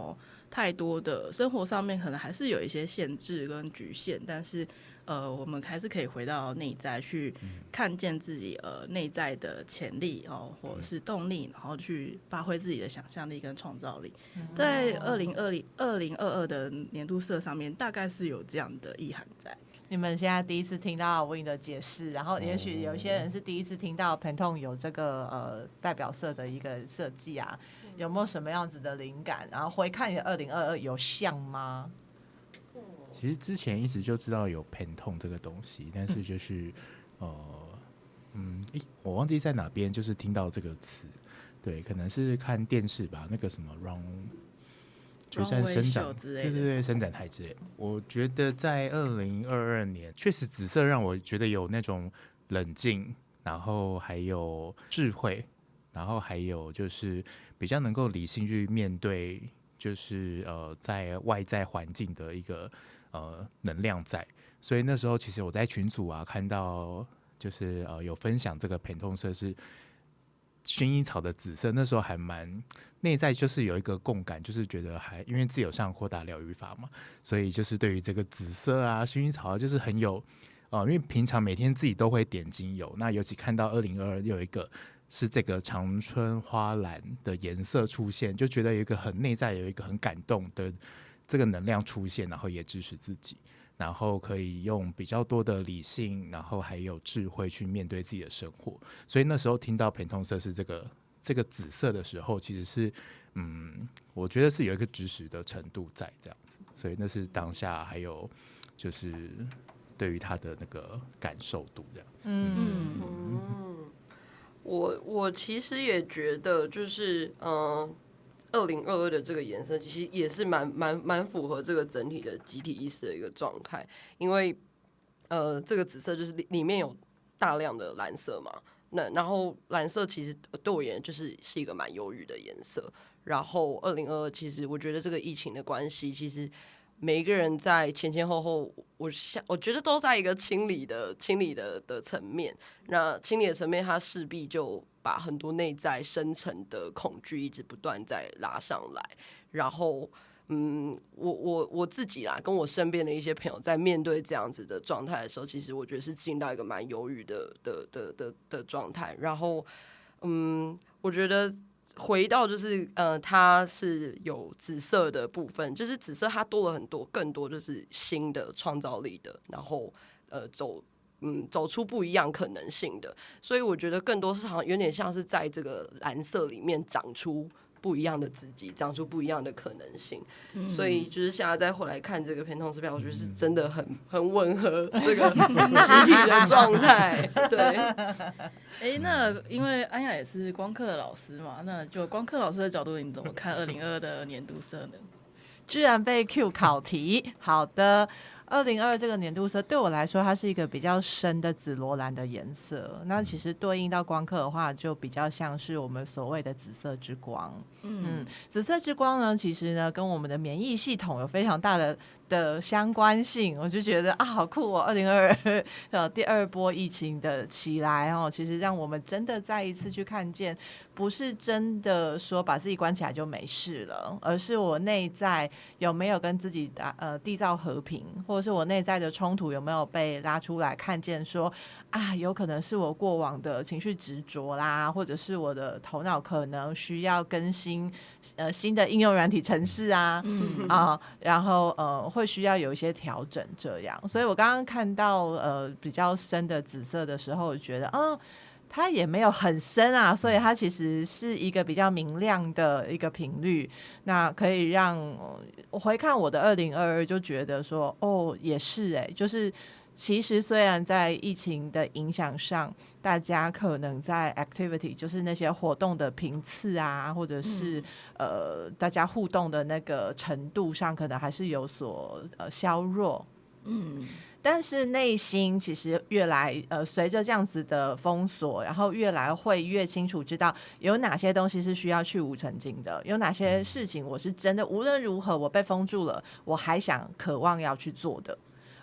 太多的生活上面可能还是有一些限制跟局限，但是呃，我们还是可以回到内在去看见自己呃内在的潜力哦，或者是动力，然后去发挥自己的想象力跟创造力。在二零二零二零二二的年度社上面，大概是有这样的意涵在。 你们现在第一次听到 Win 的解释，然后也许有一些人是第一次听到 Pantone 有这个呃代表色的一个设计啊，有没有什么样子的灵感？然后回看你的二零二二有像吗？ 其实之前一直就知道有 Pantone 这个东西，但是就是、嗯、呃嗯，诶，我忘记在哪边就是听到这个词，对，可能是看电视吧，那个什么 Run。决战伸展，对对对，伸展台之类的。我觉得在二零二二年，确实紫色让我觉得有那种冷静，然后还有智慧，然后还有就是比较能够理性去面对，就是呃在外在环境的一个呃能量在。所以那时候其实我在群组啊看到，就是呃有分享这个Pantone色是薰衣草的紫色，那时候还蛮内在，就是有一个共感，就是觉得还因为自己有上扩大疗愈法嘛，所以就是对于这个紫色啊、薰衣草啊，就是很有呃，因为平常每天自己都会点精油，那尤其看到二零二二有一个是这个长春花蓝的颜色出现，就觉得有一个很内在有一个很感动的这个能量出现，然后也支持自己，然后可以用比较多的理性，然后还有智慧去面对自己的生活。所以那时候听到Pantone色是这个这个紫色的时候，其实是嗯，我觉得是有一个支持的程度在这样子，所以那是当下还有就是对于他的那个感受度这样子。嗯嗯，我我其实也觉得就是嗯。二零二二的这个颜色其实也是蛮蛮蛮符合这个整体的集体意识的一个状态，因为呃这个紫色就是里面有大量的蓝色嘛，那然后蓝色其实对我而言就是是一个蛮忧郁的颜色，然后二零二二其实我觉得这个疫情的关系，其实每一个人在前前后后，我想我觉得都在一个清理的清理的的层面，那清理的层面它势必就把很多内在深层的恐惧一直不断在拉上来，然后嗯，我我我自己啦，跟我身边的一些朋友在面对这样子的状态的时候，其实我觉得是进到一个蛮忧郁的的的的的状态，然后嗯，我觉得回到就是呃，它是有紫色的部分，就是紫色它多了很多更多就是新的创造力的，然后呃走。嗯，走出不一样可能性的，所以我觉得更多是好像有点像是在这个蓝色里面长出不一样的自己，长出不一样的可能性。嗯、所以就是现在再回来看这个Pantone色票，我觉得是真的很很吻合这个集体的状态。对， 哎、欸，那因为安雅也是光课老师嘛，那就光课老师的角度，你怎么看二零二二的年度色呢？ 居然被 Q 考题，好的。二零二这个年度色对我来说，它是一个比较深的紫罗兰的颜色。那其实对应到光刻的话，就比较像是我们所谓的紫色之光。嗯, 嗯，紫色之光呢，其实呢跟我们的免疫系统有非常大的的相关性。我就觉得啊，好酷哦！二零二二呃第二波疫情的起来哦，其实让我们真的再一次去看见，不是真的说把自己关起来就没事了，而是我内在有没有跟自己打呃缔造和平，或或是我内在的冲突有没有被拉出来看见说啊，有可能是我过往的情绪执着啦，或者是我的头脑可能需要更新呃新的应用软体程式啊、嗯、啊，然后呃会需要有一些调整这样。所以我刚刚看到呃比较深的紫色的时候，我觉得嗯。它也没有很深啊，所以它其实是一个比较明亮的一个频率，那可以让我回看我的二零二二就觉得说哦也是哎、欸，就是其实虽然在疫情的影响上，大家可能在 activity 就是那些活动的频次啊，或者是、嗯、呃大家互动的那个程度上可能还是有所呃削弱，嗯，但是内心其实越来呃，随着这样子的封锁，然后越来会越清楚知道有哪些东西是需要去无存菁的，有哪些事情我是真的无论如何我被封住了，我还想渴望要去做的。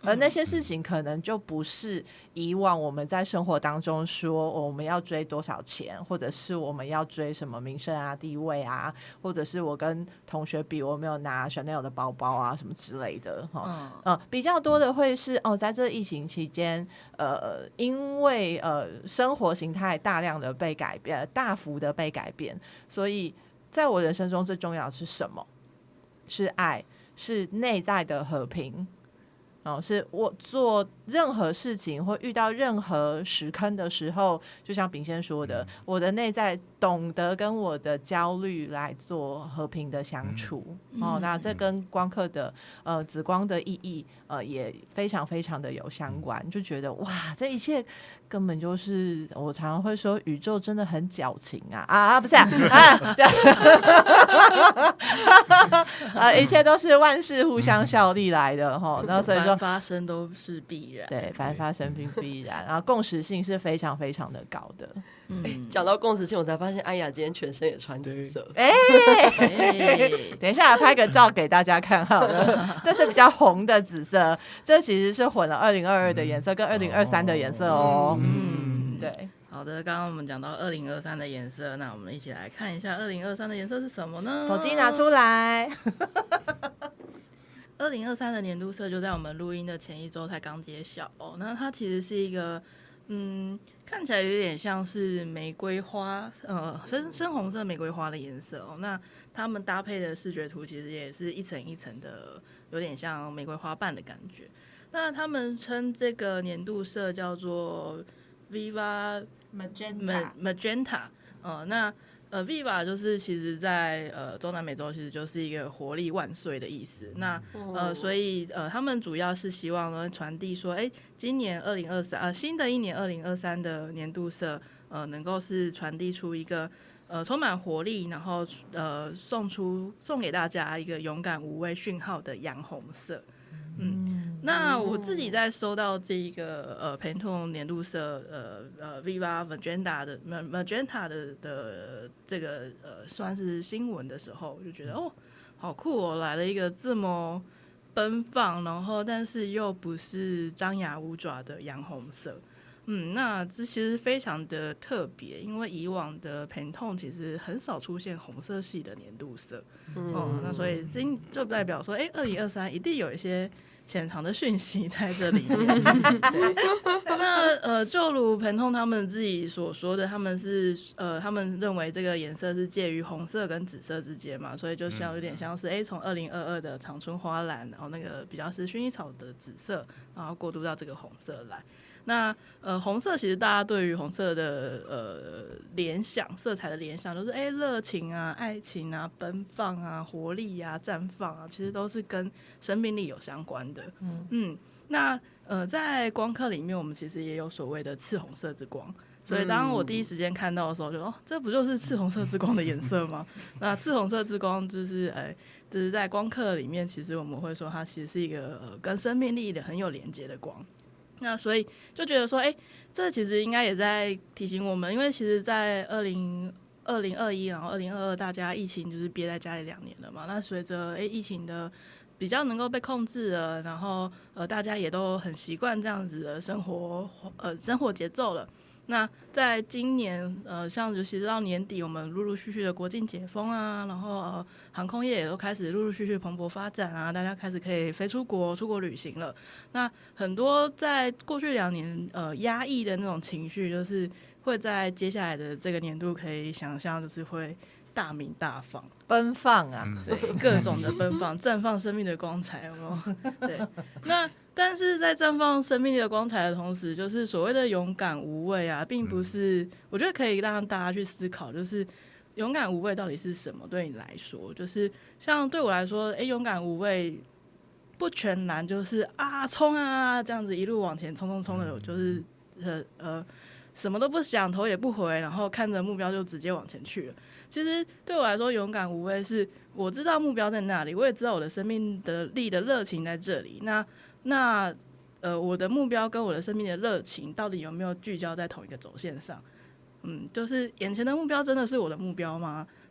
而那些事情可能就不是以往我们在生活当中说、哦、我们要追多少钱，或者是我们要追什么名声啊地位啊，或者是我跟同学比我没有拿 Chanel 的包包啊什么之类的、哦嗯嗯、比较多的会是哦，在这疫情期间呃，因为呃生活形态大量的被改变，大幅的被改变，所以在我人生中最重要的是什么？是爱，是内在的和平、哦、是我做任何事情或遇到任何石坑的时候，就像秉宪说的、嗯、我的内在懂得跟我的焦虑来做和平的相处、嗯哦、那这跟光刻的呃紫光的意义呃也非常非常的有相关，就觉得哇，这一切根本就是我常常会说宇宙真的很矫情啊啊啊不是啊啊啊一切都是万事互相效力来的哈，然后所以说发生都是必然， 对，凡发生并必然，然后共识性是非常非常的高的。 嗯，讲到共识性，我才发现安雅今天全身也穿紫色。 哎、欸，等一下拍个照给大家看好了，这是比较红的紫色，这其实是混了二零二二的颜色跟二零二三的颜色哦。嗯，对。 好的，刚刚我们讲到二零二三的颜色，那我们一起来看一下二零二三的颜色是什么呢？ 手机拿出来。 二零二三的年度色就在我们录音的前一周才刚揭晓哦。那它其实是一个，嗯，看起来有点像是玫瑰花，呃，深深红色玫瑰花的颜色哦。那他们搭配的视觉图其实也是一层一层的，有点像玫瑰花瓣的感觉。那他们称这个年度色叫做 Viva Magenta， Magenta， 呃，那。呃 ，Viva 就是其实在呃中南美洲其实就是一个活力万岁的意思。那呃，所以呃，他们主要是希望呢传递说，哎，今年二零二三呃新的一年二零二三的年度色呃能够是传递出一个呃充满活力，然后呃送出送给大家一个勇敢无畏讯号的洋红色。嗯，那我自己在收到这一个呃 Pantone 年度色呃呃 Viva Magenta 的 Magenta 的的这个呃算是新闻的时候，我就觉得哦，好酷哦，来了一个这么奔放，然后但是又不是张牙舞爪的洋红色。嗯，那这其实非常的特别，因为以往的 Pantone 其实很少出现红色系的年度色，嗯，哦、那所以今就代表说，哎，二零二三一定有一些潜藏的讯息在这里面。对，那呃，就如Pantone他们自己所说的，他们是呃，他们认为这个颜色是介于红色跟紫色之间嘛，所以就像有点像是哎，从二零二二的长春花蓝，然后那个比较是薰衣草的紫色，然后过渡到这个红色来。那呃，红色其实大家对于红色的呃联想，色彩的联想，就是哎热情啊、爱情啊、奔放啊、活力啊、绽放啊，其实都是跟生命力有相关的。嗯嗯，那呃在光刻里面，我们其实也有所谓的赤红色之光。所以当我第一时间看到的时候就，就哦，这不就是赤红色之光的颜色吗？那赤红色之光就是哎，就是在光刻里面，其实我们会说它其实是一个呃跟生命力的很有连接的光。那所以就觉得说，哎、欸，这其实应该也在提醒我们，因为其实，在二零二零二一，然后二零二二，大家疫情就是憋在家里两年了嘛。那随着哎、欸、疫情的比较能够被控制了，然后呃大家也都很习惯这样子的生活呃生活节奏了。那在今年呃，像尤其是到年底，我们陆陆续续的国境解封啊，然后呃航空业也都开始陆陆续续蓬勃发展啊，大家开始可以飞出国、出国旅行了。那很多在过去两年呃压抑的那种情绪，就是会在接下来的这个年度可以想象，就是会大鸣大放、 奔放啊， 对，各种的奔放，绽放生命的光彩，有没有？对，那。但是在绽放生命力的光彩的同时，就是所谓的勇敢无畏啊，并不是，我觉得可以让大家去思考，就是勇敢无畏到底是什么？对你来说，就是像对我来说，哎，勇敢无畏不全然就是啊冲啊这样子一路往前冲冲冲的，就是呃呃什么都不想，头也不回，然后看着目标就直接往前去了。其实对我来说，勇敢无畏是我知道目标在那里，我也知道我的生命的力的热情在这里。那那呃，我的目标跟我的生命的热情到底有没有聚焦在同一个轴线上？嗯，就是眼前的目标真的是我的目标吗？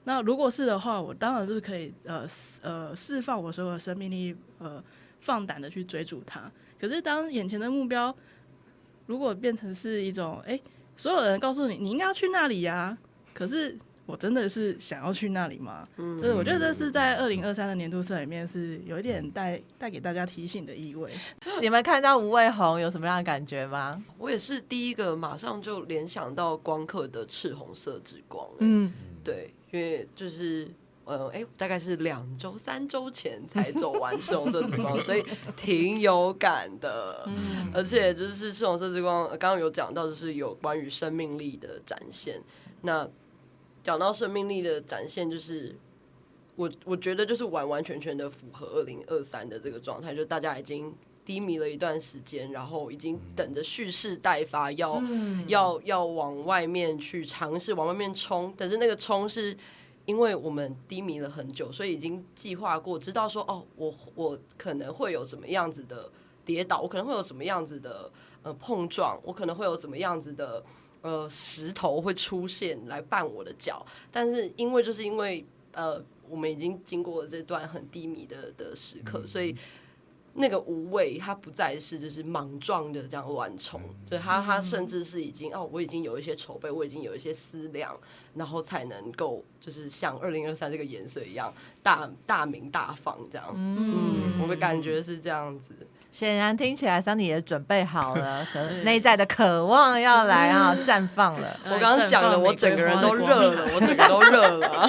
那如果是的话，我当然就是可以呃呃释放我所有的生命力，呃放胆的去追逐它。可是当眼前的目标如果变成是一种哎、欸，所有人告诉你你应该要去那里呀、啊，可是我真的是想要去那里吗？嗯，这我觉得这是在二零二三的年度测里面是有一点带带给大家提醒的意味。 你们看到吴卫宏有什么样的感觉吗？ 我也是第一个马上就联想到光刻的赤红色之光、欸。 嗯， 对，因为就是呃，哎，大概是两周、三周前才走完赤红色之光，所以挺有感的。嗯，而且就是赤红色之光，刚刚有讲到，就是有关于生命力的展现。那讲到生命力的展现，就是我我觉得就是完完全全的符合二零二三的这个状态，就大家已经低迷了一段时间，然后已经等着蓄势待发，要、嗯、要要往外面去尝试，往外面冲。但是那个冲是因为我们低迷了很久，所以已经计划过，知道说哦，我我可能会有什么样子的跌倒，我可能会有什么样子的呃碰撞，我可能会有什么样子的。呃，石头会出现来绊我的脚，但是因为就是因为呃，我们已经经过了这段很低迷的的时刻，所以那个无畏它不再是就是莽撞的这样乱冲，所以它它甚至是已经哦，我已经有一些筹备，我已经有一些思量，然后才能够就是像二零二三这个颜色一样大大明大放这样。嗯，我的感觉是这样子。 显然听起来桑尼也准备好了，内在的渴望要来啊绽放了。 我刚刚讲了，我整个人都热了，我整个都热了。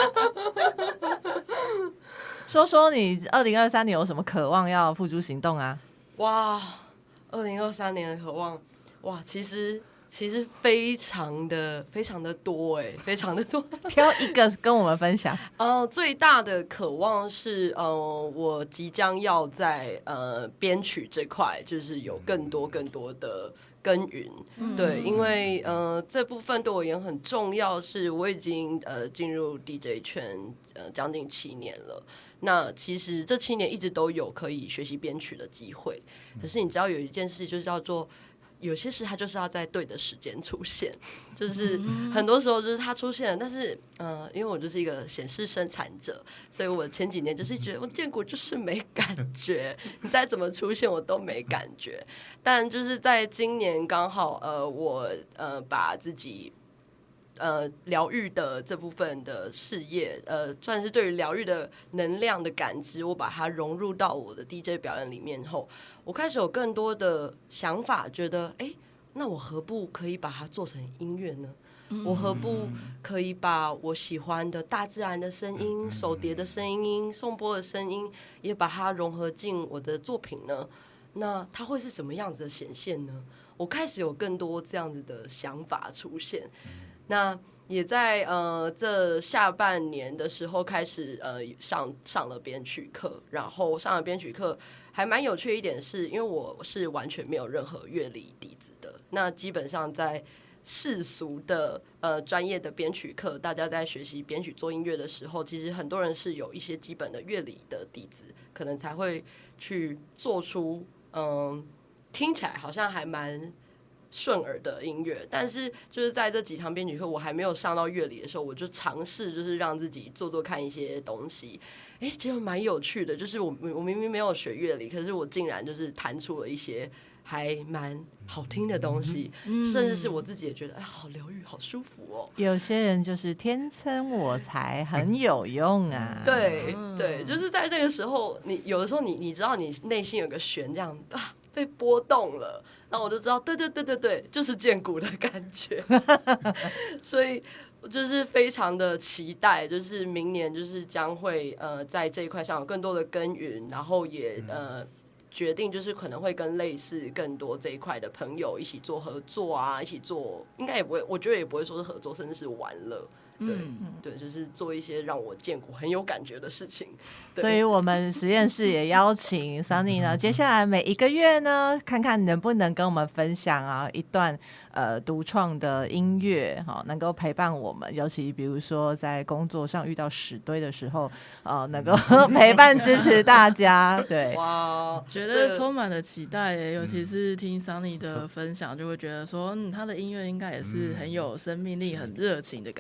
说说你二零二三年有什么渴望要付诸行动啊？ 哇，二零二三年的渴望，哇，其实其实非常的非常的多哎、欸，非常的多。 挑一个跟我们分享。 呃，最大的渴望是呃，我即将要在呃编曲这块，就是有更多更多的耕耘。嗯、对，因为呃这部分对我也很重要，是我已经呃进入 D J 圈呃将近七年了。那其实这七年一直都有可以学习编曲的机会，可是你知道有一件事就是叫做。有些事它就是要在对的时间出现，就是很多时候就是它出现了，但是呃，因为我就是一个显示生产者，所以我前几年就是觉得我建国就是没感觉，你再怎么出现我都没感觉。但就是在今年刚好呃，我呃把自己。呃，疗愈的这部分的事业，呃，算是对于疗愈的能量的感知，我把它融入到我的 D J 表演里面后，我开始有更多的想法，觉得，哎，那我何不可以把它做成音乐呢？我何不可以把我喜欢的大自然的声音、手碟的声音、颂钵的声音，也把它融合进我的作品呢？那它会是什么样子的显现呢？我开始有更多这样子的想法出现。那也在呃这下半年的时候开始呃上上了编曲课，然后上了编曲课还蛮有趣的一点是，因为我是完全没有任何乐理底子的，那基本上在世俗的呃专业的编曲课，大家在学习编曲做音乐的时候，其实很多人是有一些基本的乐理的底子，可能才会去做出嗯、呃、听起来好像还蛮。顺耳的音乐，但是就是在这几堂编曲课我还没有上到乐理的时候，我就尝试就是让自己做做看一些东西，哎，结果蛮有趣的。就是我我明明没有学乐理，可是我竟然就是弹出了一些还蛮好听的东西，嗯、甚至是我自己也觉得哎，好疗愈，好舒服哦。 有些人就是天生我材很有用啊。 对对，就是在那个时候，你有的时候你你知道你内心有个弦这样啊。被波动了，然后我就知道，对对对对对，就是剑骨的感觉，所以我就是非常的期待，就是明年就是将会呃在这一块上有更多的耕耘，然后也呃决定就是可能会跟类似更多这一块的朋友一起做合作啊，一起做，应该也不会，我觉得也不会说是合作，甚至是玩乐。对、嗯、对，就是做一些让我建股很有感觉的事情。 所以我们实验室也邀请 Sunny 呢，接下来每一个月呢，看看能不能跟我们分享啊一段呃独创的音乐，哈、哦，能够陪伴我们，尤其比如说在工作上遇到屎堆的时候，呃，能够陪伴支持大家。对， 哇，觉得充满了期待耶，尤其是听 Sunny 的分享，就会觉得说，嗯，他的音乐应该也是很有生命力、很热情的感觉。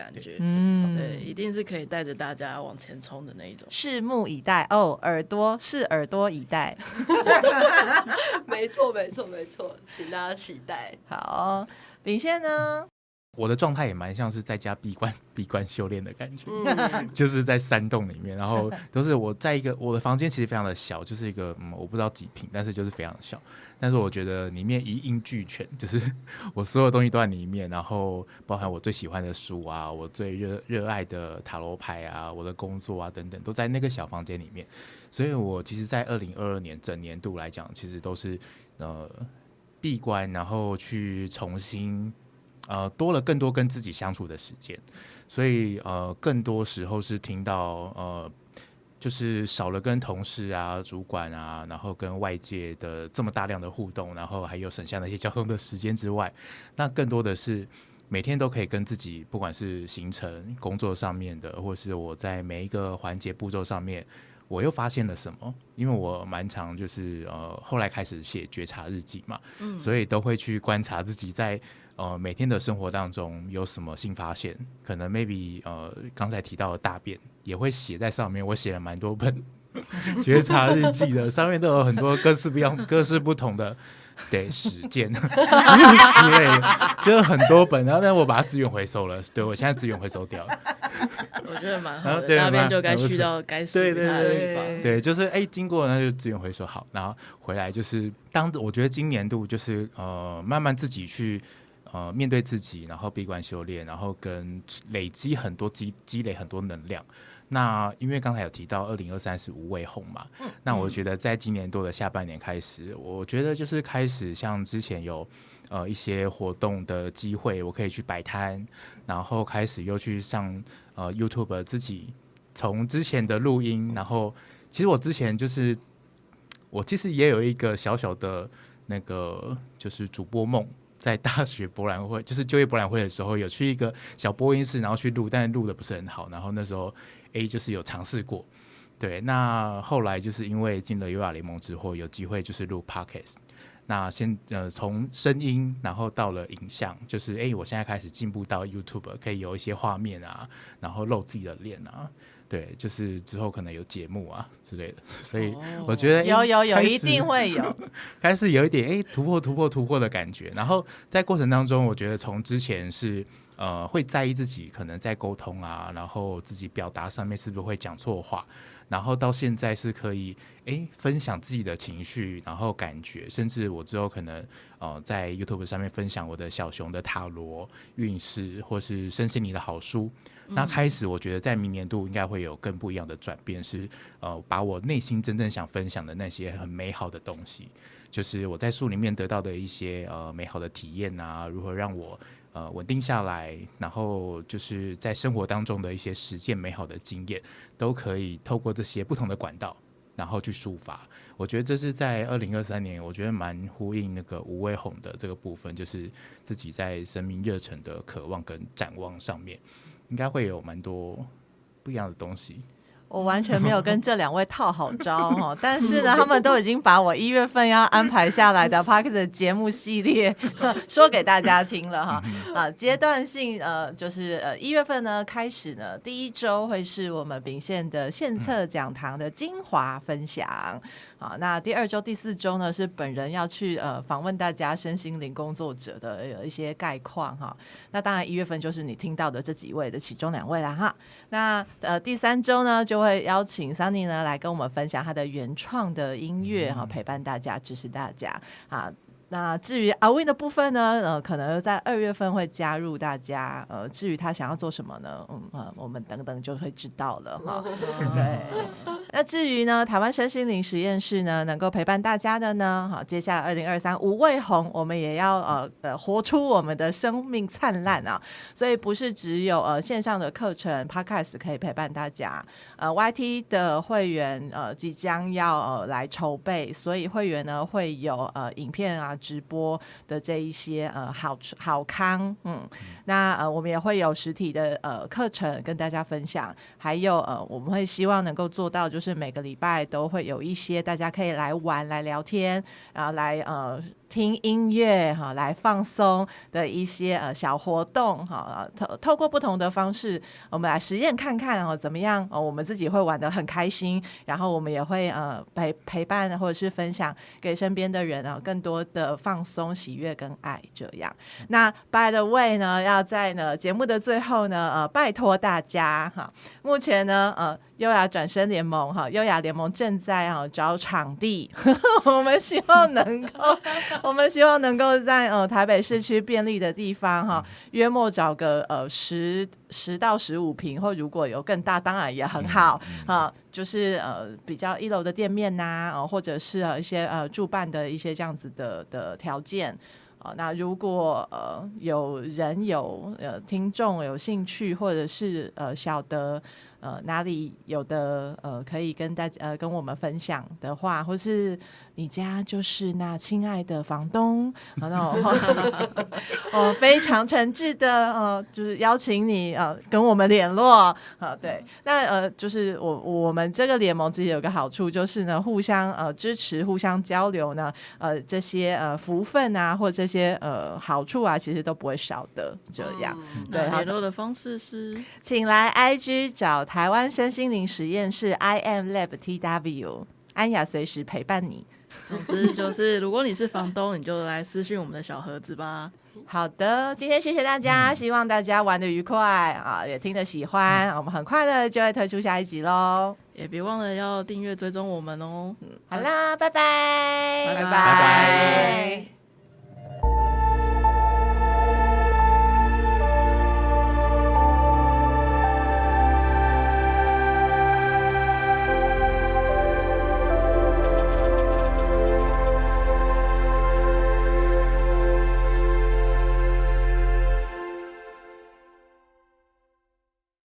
嗯，对，一定是可以带着大家往前冲的那一种。 拭目以待哦，耳朵是耳朵以待。 没错，没错，没错，请大家期待。 好，秉宪呢？ 我的状态也蛮像是在家闭关闭关修炼的感觉，嗯、就是在山洞里面，然后都是我在一个我的房间其实非常的小，就是一个嗯我不知道几坪，但是就是非常小，但是我觉得里面一应俱全，就是我所有东西都在里面，然后包含我最喜欢的书啊，我最热热爱的塔罗牌啊，我的工作啊等等，都在那个小房间里面，所以我其实在二零二二年整年度来讲，其实都是呃闭关，然后去重新。呃，多了更多跟自己相处的时间，所以呃，更多时候是听到呃，就是少了跟同事啊、主管啊，然后跟外界的这么大量的互动，然后还有省下那些交通的时间之外，那更多的是每天都可以跟自己，不管是行程、工作上面的，或是我在每一个环节步骤上面。我又发现了什么？因为我蛮常就是呃，后来开始写觉察日记嘛，嗯、所以都会去观察自己在呃每天的生活当中有什么新发现。可能 maybe 呃刚才提到的大便也会写在上面，我写了蛮多本觉察日记的，上面都有很多各式不一样、各式不同的。对实践之类的，就是很多本，然后但我把它资源回收了，对我现在资源回收掉了。 我觉得蛮好的，那边就该去到该属于它的地方。 对，对就是哎，经过那就资源回收好，然后回来就是当我觉得今年度就是呃，慢慢自己去呃面对自己，然后闭关修炼，然后跟累积很多积积累很多能量。那因为刚才有提到二零二三是无畏红嘛、嗯，那我觉得在今年度的下半年开始，我觉得就是开始像之前有呃一些活动的机会，我可以去摆摊，然后开始又去上呃 YouTube 自己从之前的录音，然后其实我之前就是我其实也有一个小小的那个就是主播梦。在大学博览会，就是就业博览会的时候，有去一个小播音室，然后去录，但是录的不是很好。然后那时候 A 就是有尝试过，对。那后来就是因为进了优雅联盟之后，有机会就是录 Podcast。那先呃从声音，然后到了影像，就是哎，我现在开始进步到 YouTube， 可以有一些画面啊，然后露自己的脸啊。对，就是之后可能有节目啊之类的，所以我觉得、 哦、有有有一定会有， 开始有一点哎突破突破突破的感觉。然后在过程当中，我觉得从之前是呃会在意自己可能在沟通啊，然后自己表达上面是不是会讲错话，然后到现在是可以哎分享自己的情绪，然后感觉，甚至我之后可能呃在 YouTube 上面分享我的小熊的塔罗运势，或是身心灵的好书。那开始我觉得在明年度应该会有更不一样的转变，是呃把我内心真正想分享的那些很美好的东西，就是我在书里面得到的一些呃美好的体验啊，如何让我呃稳定下来，然后就是在生活当中的一些实践美好的经验，都可以透过这些不同的管道然后去抒发。我觉得这是在二零二三年我觉得蛮呼应那个无畏红的这个部分，就是自己在生命热忱的渴望跟展望上面应该会有蛮多不一样的东西。 我完全没有跟这两位套好招但是呢，他们都已经把我一月份要安排下来的 Podcast 的节目系列说给大家听了哈。啊，阶段性呃，就是呃一月份呢开始呢，第一周会是我们秉宪的献策讲堂的精华分享。好，那第二周、第四周呢是本人要去呃访问大家身心灵工作者的有一些概况哈。那当然一月份就是你听到的这几位的其中两位啦哈。那呃第三周呢就会邀请 Sunny 呢来跟我们分享他的原创的音乐哈，陪伴大家，支持大家啊。那至于阿 Win 的部分呢，呃，可能在二月份会加入大家。呃，至于他想要做什么呢？嗯呃，我们等等就会知道了哈。对。那至于呢，台湾身心灵实验室呢，能够陪伴大家的呢，好，接下来二零二三无畏红，我们也要呃呃活出我们的生命灿烂啊！所以不是只有呃线上的课程 Podcast 可以陪伴大家，呃 Y T 的会员呃即将要呃来筹备，所以会员呢会有呃影片啊。直播的这一些呃好好康，嗯，那呃我们也会有实体的呃课程跟大家分享，还有呃我们会希望能够做到，就是每个礼拜都会有一些大家可以来玩来聊天，然后来呃听音乐哈来放松的一些呃小活动哈，透透过不同的方式，我们来实验看看哦怎么样哦，我们自己会玩得很开心，然后我们也会呃陪陪伴或者是分享给身边的人啊更多的放松、喜悦跟爱这样。那 by the way 呢，要在呢节目的最后呢呃拜托大家哈，目前呢呃优雅转身联盟哈，优雅联盟正在哈找场地，我们希望能够。我们希望能够在呃台北市区便利的地方哈，约莫找个呃十十到十五坪，或如果有更大，当然也很好啊。就是呃比较一楼的店面呐、啊，或者是、呃、一些呃驻办的一些这样子的的条件。啊、那如果呃有人有呃听众有兴趣，或者是呃晓得呃哪里有的呃可以跟大家呃跟我们分享的话，或是你家就是那亲爱的房东，啊、那我我非常诚挚的呃就是邀请你呃跟我们联络啊，对，那呃就是我我们这个联盟其实有个好处，就是呢互相呃支持，互相交流呢，呃这些呃福分啊或这些呃好处啊，其实都不会少的这样。 嗯、 对， 联络的方式是， 请来 I G 找台湾身心灵实验室 I am Lab T W， 安雅随时陪伴你。 总之就是，如果你是房东，你就来私讯我们的小盒子吧。 好的，今天谢谢大家，希望大家玩得愉快啊，也听得喜欢。我们很快的就会推出下一集喽， 也别忘了要订阅追踪我们哦。 好啦，拜拜， 拜拜。 拜拜。